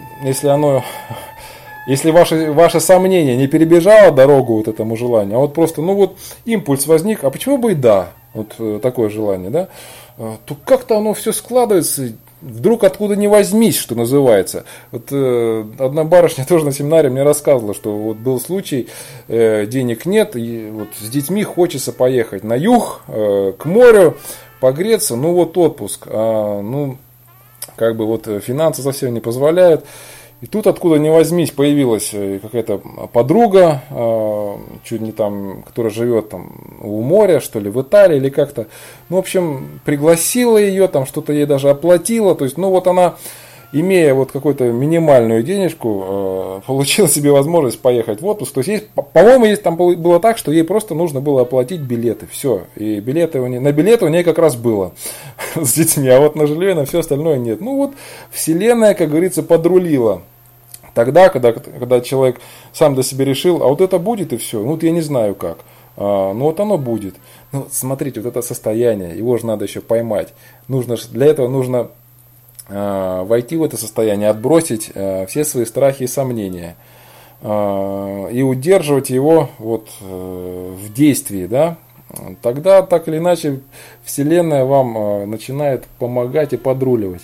если ваше сомнение не перебежало дорогу вот этому желанию, а вот просто, ну вот импульс возник, а почему бы и да, вот такое желание, да, то как-то оно все складывается. Вдруг откуда ни возьмись, что называется. Вот одна барышня тоже на семинаре мне рассказывала, что вот был случай, денег нет, и вот с детьми хочется поехать на юг, к морю, погреться, ну вот отпуск, ну как бы вот финансы совсем не позволяют. И тут откуда ни возьмись появилась какая-то подруга, чуть не там, которая живет там у моря, что ли, в Италии или как-то. Ну, в общем, пригласила ее, там что-то ей даже оплатила. То есть, ну вот она, имея вот какую-то минимальную денежку, получила себе возможность поехать в отпуск. То есть, по-моему, там было так, что ей просто нужно было оплатить билеты. Все. И на билеты у нее как раз было с детьми, а вот на жилье, на все остальное нет. Ну вот, Вселенная, как говорится, подрулила. Тогда, когда человек сам для себя решил, а вот это будет и все, ну вот я не знаю как, ну вот оно будет. Ну смотрите, вот это состояние, его же надо еще поймать. Для этого нужно войти в это состояние, отбросить все свои страхи и сомнения и удерживать его вот в действии, да. Тогда так или иначе Вселенная вам начинает помогать и подруливать.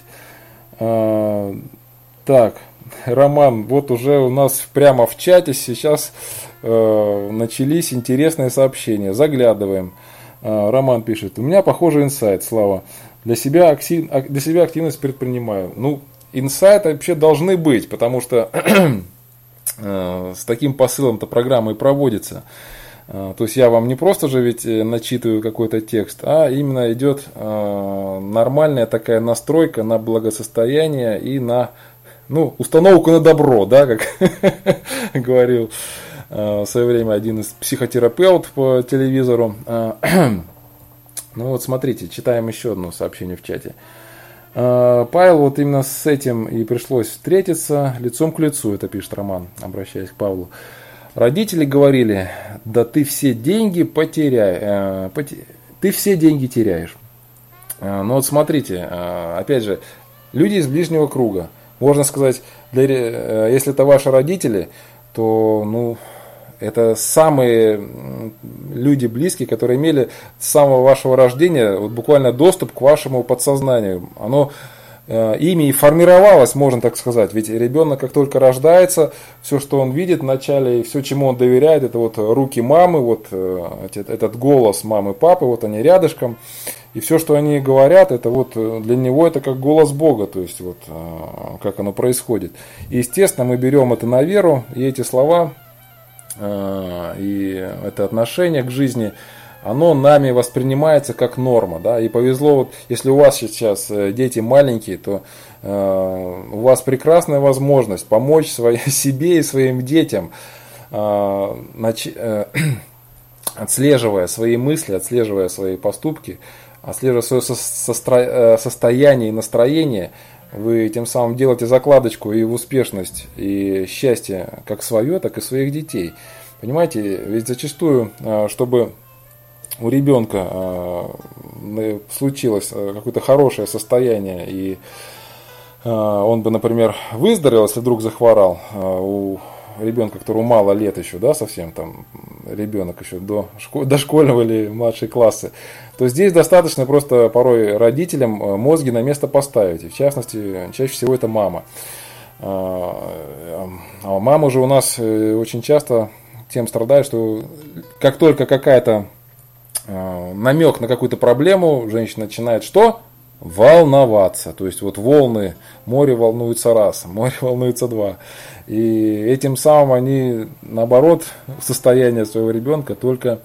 Так. Роман, вот уже у нас прямо в чате сейчас начались интересные сообщения. Заглядываем. Роман пишет: у меня похожий инсайт, Слава. Для себя активность предпринимаю. Ну, инсайты вообще должны быть, потому что с таким посылом-то программа и проводится. То есть я вам не просто же ведь начитываю какой-то текст, а именно идет нормальная такая настройка на благосостояние и на установку на добро, да, как говорил в свое время один из психотерапевтов по телевизору. Ну вот смотрите, читаем еще одно сообщение в чате. Павел, вот именно с этим и пришлось встретиться лицом к лицу, это пишет Роман, обращаясь к Павлу. Родители говорили: да ты все деньги ты все деньги теряешь. Ну вот смотрите, опять же, люди из ближнего круга. Можно сказать, если это ваши родители, то это самые люди близкие, которые имели с самого вашего рождения вот буквально доступ к вашему подсознанию. Оно ими и формировалось, можно так сказать. Ведь ребенок, как только рождается, все, что он видит вначале, и все, чему он доверяет, это вот руки мамы, вот этот голос мамы, папы, вот они рядышком. И все, что они говорят, это вот для него это как голос Бога, то есть вот как оно происходит. И естественно мы берем это на веру, и эти слова, и это отношение к жизни, оно нами воспринимается как норма, да. И повезло, вот, если у вас сейчас дети маленькие, то у вас прекрасная возможность помочь себе и своим детям отслеживая свои мысли, отслеживая свои поступки, отслеживая свое состояние и настроение, вы тем самым делаете закладочку и в успешность, и счастье как свое, так и своих детей. Понимаете, ведь зачастую, чтобы у ребенка случилось какое-то хорошее состояние, и он бы, например, выздоровел, если вдруг захворал, у ребенка, которому мало лет еще, да, совсем там ребенок еще до дошкольного или младшей классы, то здесь достаточно просто порой родителям мозги на место поставить. И в частности, чаще всего это мама. А мама же у нас очень часто тем страдает, что как только какая-то намек на какую-то проблему, женщина начинает что? Волноваться. То есть вот волны, море волнуется раз, море волнуется два. И этим самым они, наоборот, состояние своего ребенка только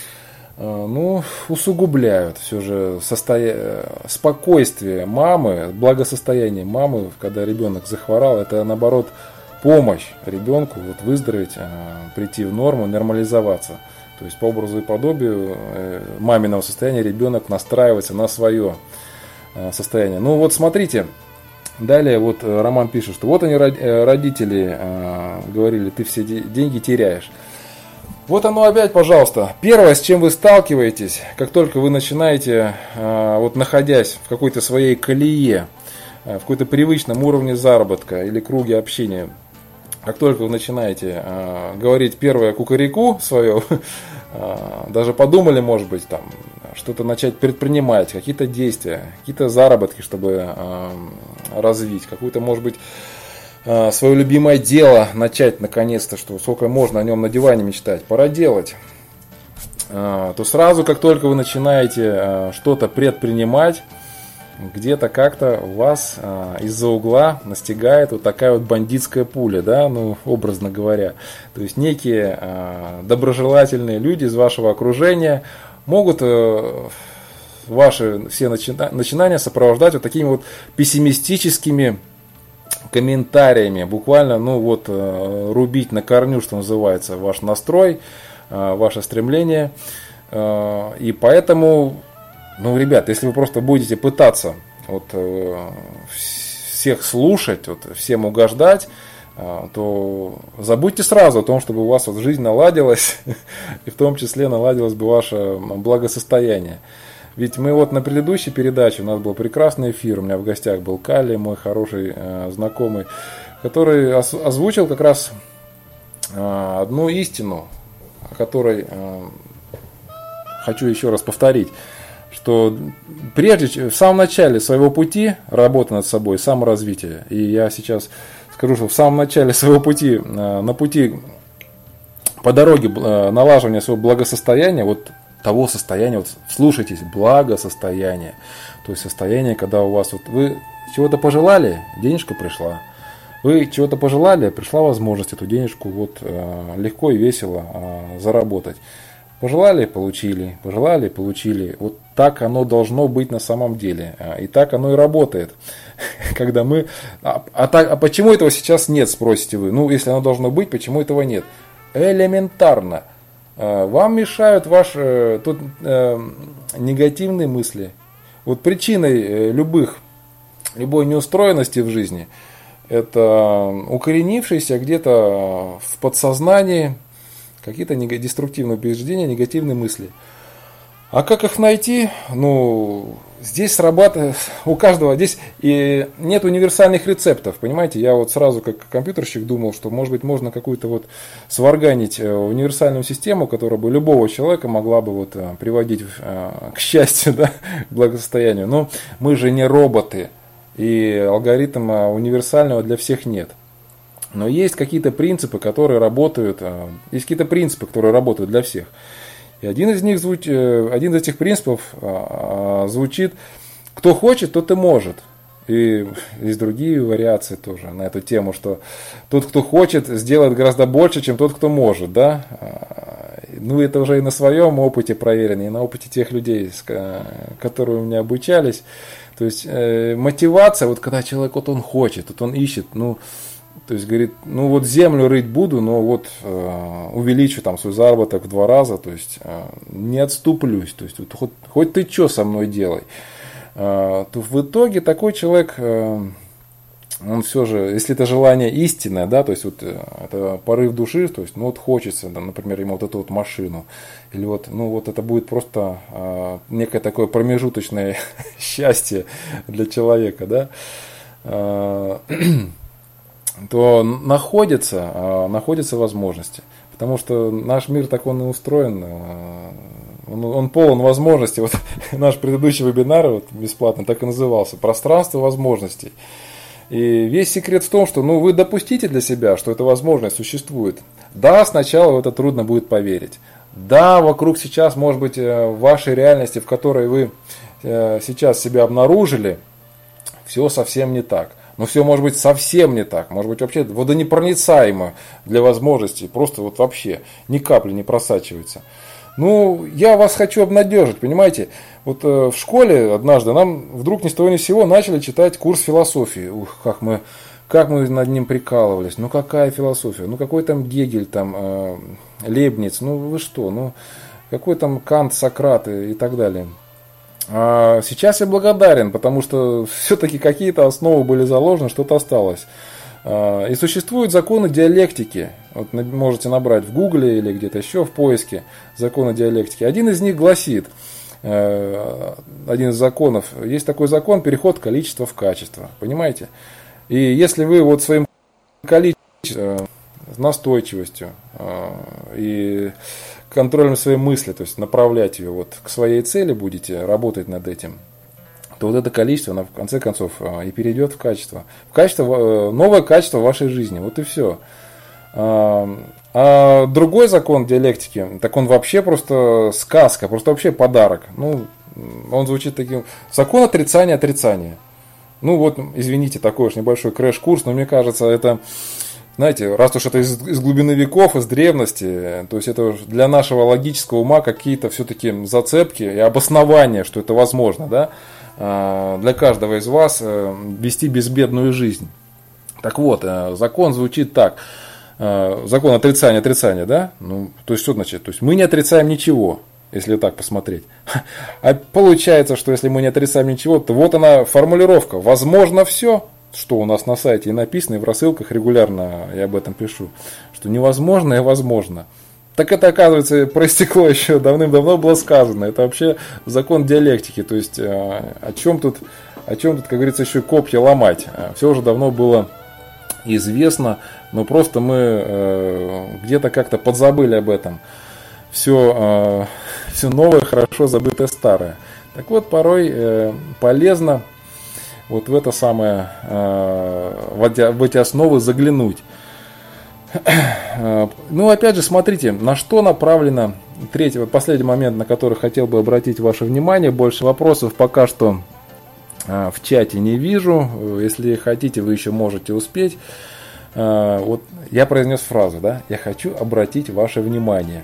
усугубляют. Все же спокойствие мамы, благосостояние мамы, когда ребенок захворал, это наоборот помощь ребенку выздороветь, прийти в норму, нормализоваться. То есть по образу и подобию маминого состояния ребенок настраивается на свое состояние. Ну вот смотрите, далее вот Роман пишет, что вот они родители говорили, ты все деньги теряешь. Вот оно опять, пожалуйста. Первое, с чем вы сталкиваетесь, как только вы начинаете, находясь в какой-то своей колее, в какой-то привычном уровне заработка или круге общения, как только вы начинаете говорить первое кукареку свое, даже подумали, может быть, там что-то начать предпринимать, какие-то действия, какие-то заработки, чтобы развить, какую-то, может быть, свое любимое дело начать наконец-то, что сколько можно о нем на диване мечтать, пора делать, то сразу, как только вы начинаете что-то предпринимать, где-то как-то вас из-за угла настигает вот такая вот бандитская пуля, да, образно говоря. То есть некие доброжелательные люди из вашего окружения могут ваши все начинания сопровождать вот такими вот пессимистическими комментариями, буквально, рубить на корню, что называется, ваш настрой, ваше стремление. И поэтому, ребят, если вы просто будете пытаться всех слушать, всем угождать, то забудьте сразу о том, чтобы у вас жизнь наладилась, и в том числе наладилось бы ваше благосостояние. Ведь мы на предыдущей передаче, у нас был прекрасный эфир, у меня в гостях был Кали, мой хороший знакомый, который озвучил как раз одну истину, о которой хочу еще раз повторить, что прежде, в самом начале своего пути работы над собой, саморазвития, и я сейчас скажу, что в самом начале своего пути, на пути по дороге налаживания своего благосостояния, того состояния, вслушайтесь, благосостояние, то есть состояние, когда у вас вы чего-то пожелали, денежка пришла, вы чего-то пожелали, пришла возможность эту денежку легко и весело заработать. Пожелали, получили, пожелали, получили. Вот так оно должно быть на самом деле. И так оно и работает. Когда мы... А почему этого сейчас нет, спросите вы? Если оно должно быть, почему этого нет? Элементарно. Вам мешают ваши негативные мысли. Причиной любой неустроенности в жизни это укоренившиеся где-то в подсознании какие-то деструктивные убеждения, негативные мысли. А как их найти? Здесь срабатывает у каждого, здесь и нет универсальных рецептов, понимаете? Я сразу как компьютерщик думал, что может быть можно какую-то сварганить универсальную систему, которая бы любого человека могла бы приводить к счастью, да, к благосостоянию. Но мы же не роботы, и алгоритма универсального для всех нет. Но есть какие-то принципы, которые работают для всех. И один из этих принципов звучит: кто хочет, тот и может. И есть другие вариации тоже на эту тему, что тот, кто хочет, сделает гораздо больше, чем тот, кто может. Да? Это уже и на своем опыте проверено, и на опыте тех людей, которые у меня обучались. То есть мотивация, когда человек он хочет, он ищет, То есть, говорит, ну вот землю рыть буду, но вот увеличу там свой заработок в 2 раза, то есть не отступлюсь. То есть, вот, хоть ты что со мной делай. То в итоге такой человек, он все же, если это желание истинное, да, то есть вот это порыв души, то есть, ну вот хочется, да, например, ему вот эту вот машину, или вот, ну вот это будет просто некое такое промежуточное счастье для человека, да, то находятся возможности. Потому что наш мир так он и устроен, он полон возможностей. Вот наш предыдущий вебинар вот, бесплатный так и назывался «Пространство возможностей». И весь секрет в том, что ну, вы допустите для себя, что эта возможность существует. Да, сначала в это трудно будет поверить. Да, вокруг сейчас, может быть, в вашей реальности, в которой вы сейчас себя обнаружили, все совсем не так. Но все может быть совсем не так. Может быть вообще водонепроницаемо для возможностей. Просто вот вообще ни капли не просачивается. Ну, я вас хочу обнадежить, понимаете? Вот в школе однажды нам вдруг ни с того ни с сего начали читать курс философии. Ух, как мы над ним прикалывались. Ну, какая философия? Ну, какой там Гегель, там Лейбниц. Ну, вы что? Ну, какой там Кант, Сократ и так далее. А сейчас я благодарен, потому что все-таки какие-то основы были заложены, что-то осталось. И существуют законы диалектики. Вот можете набрать в Гугле или где-то еще в поиске законы диалектики. Один из них гласит, один из законов, есть такой закон переход количества в качество. Понимаете? И если вы вот своим количеством, настойчивостью и контролем своей мысли, то есть направлять ее вот к своей цели будете работать над этим, то вот это количество, оно в конце концов и перейдет в качество. Новое качество вашей жизни. Вот и все. А другой закон диалектики, так он вообще просто сказка, просто вообще подарок. Ну, он звучит таким. Закон отрицания. Ну вот, извините, такой уж небольшой крэш-курс, но мне кажется, это, знаете, раз уж это из глубины веков, из древности, то есть это для нашего логического ума какие-то все-таки зацепки и обоснования, что это возможно, да, для каждого из вас вести безбедную жизнь. Так вот, закон звучит так. Закон отрицания, да? Ну, то есть что значит? То есть мы не отрицаем ничего, если так посмотреть. А получается, что если мы не отрицаем ничего, то вот она формулировка. Возможно все, что у нас на сайте и написано, и в рассылках регулярно я об этом пишу, что невозможное возможно. Так это, оказывается, проистекло еще давным-давно было сказано. Это вообще закон диалектики. То есть о чем тут, как говорится, еще копья ломать. Все уже давно было известно, но просто мы где-то как-то подзабыли об этом. Все новое, хорошо забытое старое. Так вот, порой полезно вот в это самое, в эти основы заглянуть. Ну, опять же, смотрите, на что направлено третий, вот последний момент, на который хотел бы обратить ваше внимание. Больше вопросов пока что в чате не вижу. Если хотите, вы еще можете успеть. Вот я произнес фразу, да, я хочу обратить ваше внимание.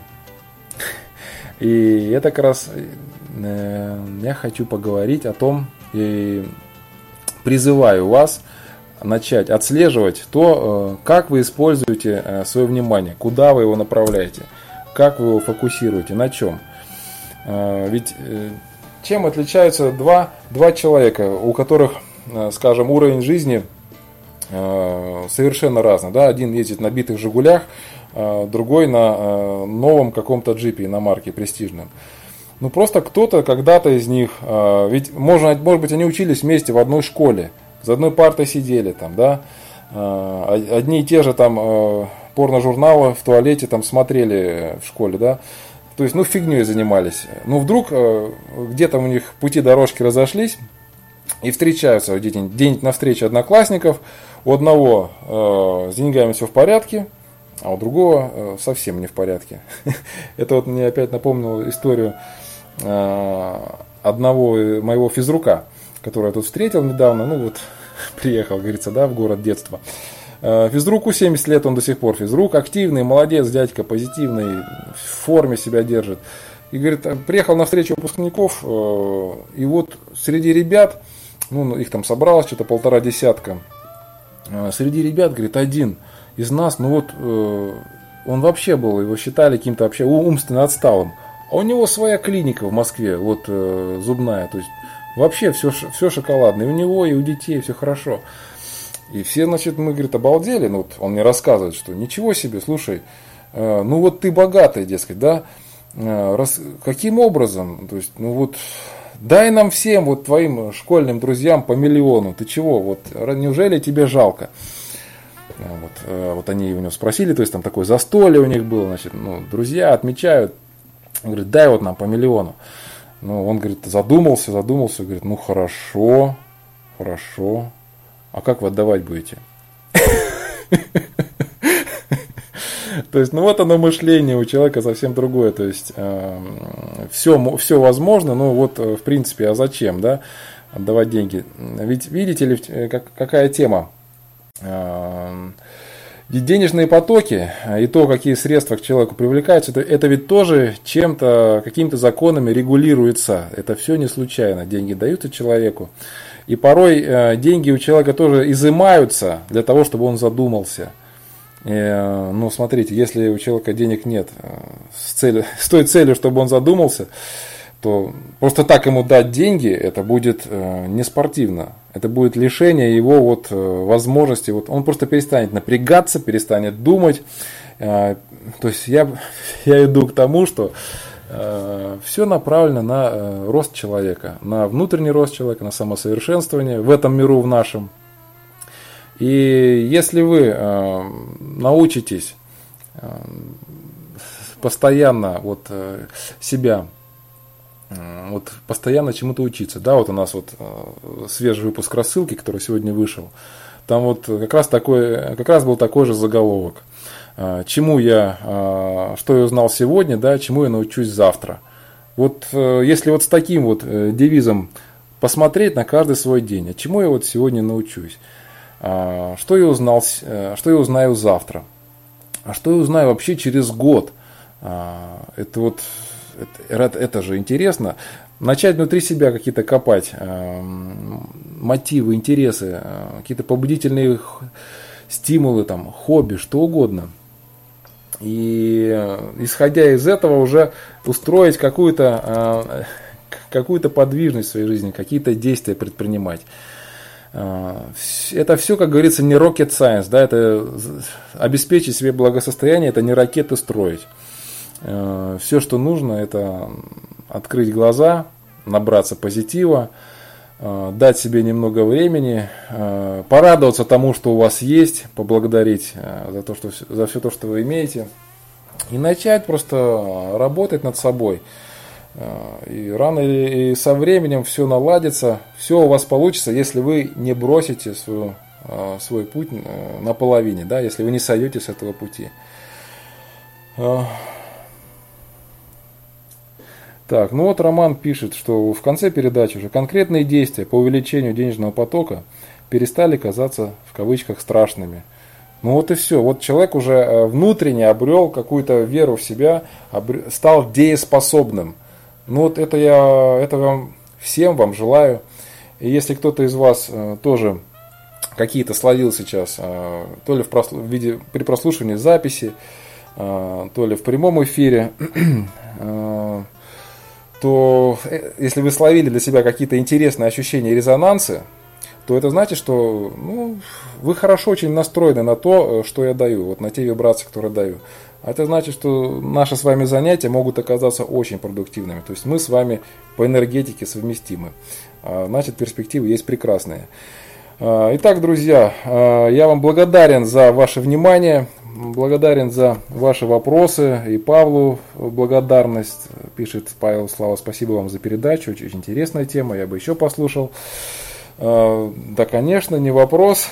И это как раз я хочу поговорить о том, и призываю вас начать отслеживать то, как вы используете свое внимание, куда вы его направляете, как вы его фокусируете, на чем. Ведь чем отличаются два человека, у которых, скажем, уровень жизни совершенно разный. Да? Один ездит на битых «Жигулях», другой на новом каком-то джипе иномарке престижном. Ну просто кто-то когда-то из них, ведь может быть они учились вместе в одной школе, за одной партой сидели там, да, одни и те же там порно-журналы в туалете там смотрели в школе, да, то есть, ну, фигней занимались. Ну, вдруг где-то у них пути дорожки разошлись и встречаются день на встрече одноклассников. У одного с деньгами все в порядке, а у другого совсем не в порядке. Это вот мне опять напомнило историю одного моего физрука, который я тут встретил недавно, ну вот приехал, говорится, да, в город детства. Физруку 70 лет, он до сих пор физрук, активный, молодец, дядька, позитивный, в форме себя держит. И говорит, приехал на встречу выпускников, и вот среди ребят, ну их там собралось что-то 1,5 десятка, среди ребят, говорит, один из нас, ну вот, он вообще был, его считали каким-то вообще умственно отсталым. А у него своя клиника в Москве, вот зубная, то есть вообще все шоколадное. И у него, и у детей все хорошо. И все, значит, мы, говорит, обалдели. Ну, вот он мне рассказывает, что ничего себе, слушай, ну вот ты богатый, дескать, да? Каким образом? То есть, ну вот, дай нам всем, вот твоим школьным друзьям по миллиону. Ты чего? Вот, неужели тебе жалко? Вот они у него спросили, то есть там такое застолье у них было, значит, ну, друзья отмечают. Он говорит, дай вот нам по миллиону. Ну, он, говорит, задумался, говорит, ну хорошо. А как вы отдавать будете? То есть, ну вот оно мышление у человека совсем другое. То есть, все возможно, но вот в принципе, а зачем, да, отдавать деньги? Ведь видите ли, какая тема? Ведь денежные потоки и то, какие средства к человеку привлекаются, это ведь тоже чем-то, какими-то законами регулируется. Это все не случайно. Деньги даются человеку. И порой деньги у человека тоже изымаются для того, чтобы он задумался. Ну, смотрите, если у человека денег нет с той целью, чтобы он задумался, то просто так ему дать деньги, это будет не спортивно. Это будет лишение его вот возможности. Вот он просто перестанет напрягаться, перестанет думать. То есть я иду к тому, что все направлено на рост человека, на внутренний рост человека, на самосовершенствование в этом миру, в нашем. И если вы научитесь постоянно вот себя вот постоянно чему-то учиться. Да, вот у нас вот свежий выпуск рассылки, который сегодня вышел. Там вот как раз был такой же заголовок. Что я узнал сегодня, да, чему я научусь завтра. Вот если вот с таким вот девизом посмотреть на каждый свой день, чему я вот сегодня научусь, что я узнаю завтра, а что я узнаю вообще через год. Это же интересно. Начать внутри себя какие-то копать мотивы, интересы, какие-то побудительные стимулы, там, хобби, что угодно. И исходя из этого уже устроить какую-то подвижность в своей жизни, какие-то действия предпринимать. Это все, как говорится, не rocket science, да, это обеспечить себе благосостояние, это не ракеты строить. Все, что нужно, это открыть глаза, набраться позитива, дать себе немного времени, порадоваться тому, что у вас есть, поблагодарить за все то, что вы имеете, и начать просто работать над собой. И рано или со временем все наладится, все у вас получится, если вы не бросите свой путь наполовине, да, если вы не сойдете с этого пути. Так, ну вот Роман пишет, что в конце передачи уже конкретные действия по увеличению денежного потока перестали казаться в кавычках страшными. Ну вот и все. Вот человек уже внутренне обрел какую-то веру в себя, стал дееспособным. Ну вот это всем вам желаю. И если кто-то из вас тоже какие-то словил сейчас, то ли при прослушивании записи, то ли в прямом эфире, то если вы словили для себя какие-то интересные ощущения и резонансы, то это значит, что вы хорошо очень настроены на то, что я даю, вот на те вибрации, которые даю. А это значит, что наши с вами занятия могут оказаться очень продуктивными. То есть мы с вами по энергетике совместимы. Значит, перспективы есть прекрасные. Итак, друзья, я вам благодарен за ваше внимание, благодарен за ваши вопросы. И Павлу благодарность, пишет Павел, Слава, спасибо вам за передачу, очень интересная тема, я бы еще послушал. Да, конечно, не вопрос.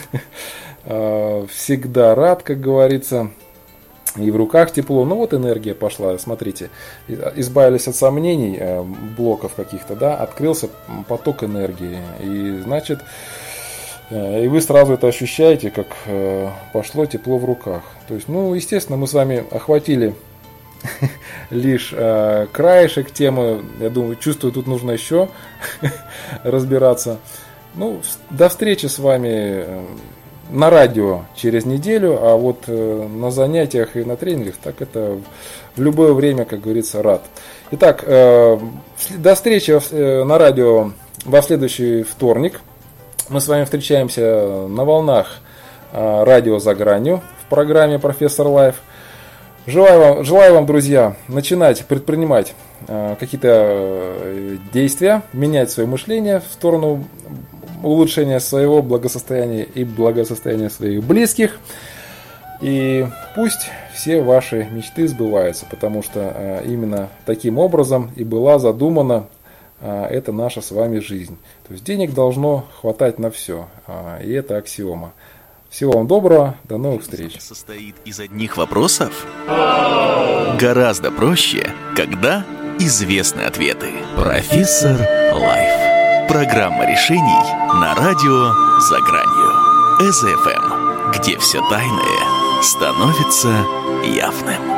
Всегда рад, как говорится. И в руках тепло. Ну вот энергия пошла, смотрите. Избавились от сомнений, блоков каких-то, да, открылся поток энергии. И значит, и вы сразу это ощущаете, как пошло тепло в руках. То есть, естественно, мы с вами охватили лишь краешек темы. Я думаю, чувствую, тут нужно еще разбираться. До встречи с вами на радио через неделю, а вот на занятиях и на тренингах, так это в любое время, как говорится, рад. Итак, до встречи на радио во следующий вторник. Мы с вами встречаемся на волнах радио «За гранью» в программе «Профессор Лайф». Желаю вам, друзья, начинать предпринимать какие-то действия, менять свое мышление в сторону улучшения своего благосостояния и благосостояния своих близких. И пусть все ваши мечты сбываются, потому что именно таким образом и была задумана эта наша с вами жизнь. То есть денег должно хватать на все, и это аксиома. Всего вам доброго, до новых встреч. Состоит из одних вопросов? Гораздо проще, когда известны ответы. Профессор Лайф. Программа решений на радио «За гранью». ЭЗФМ, где все тайное становится явным.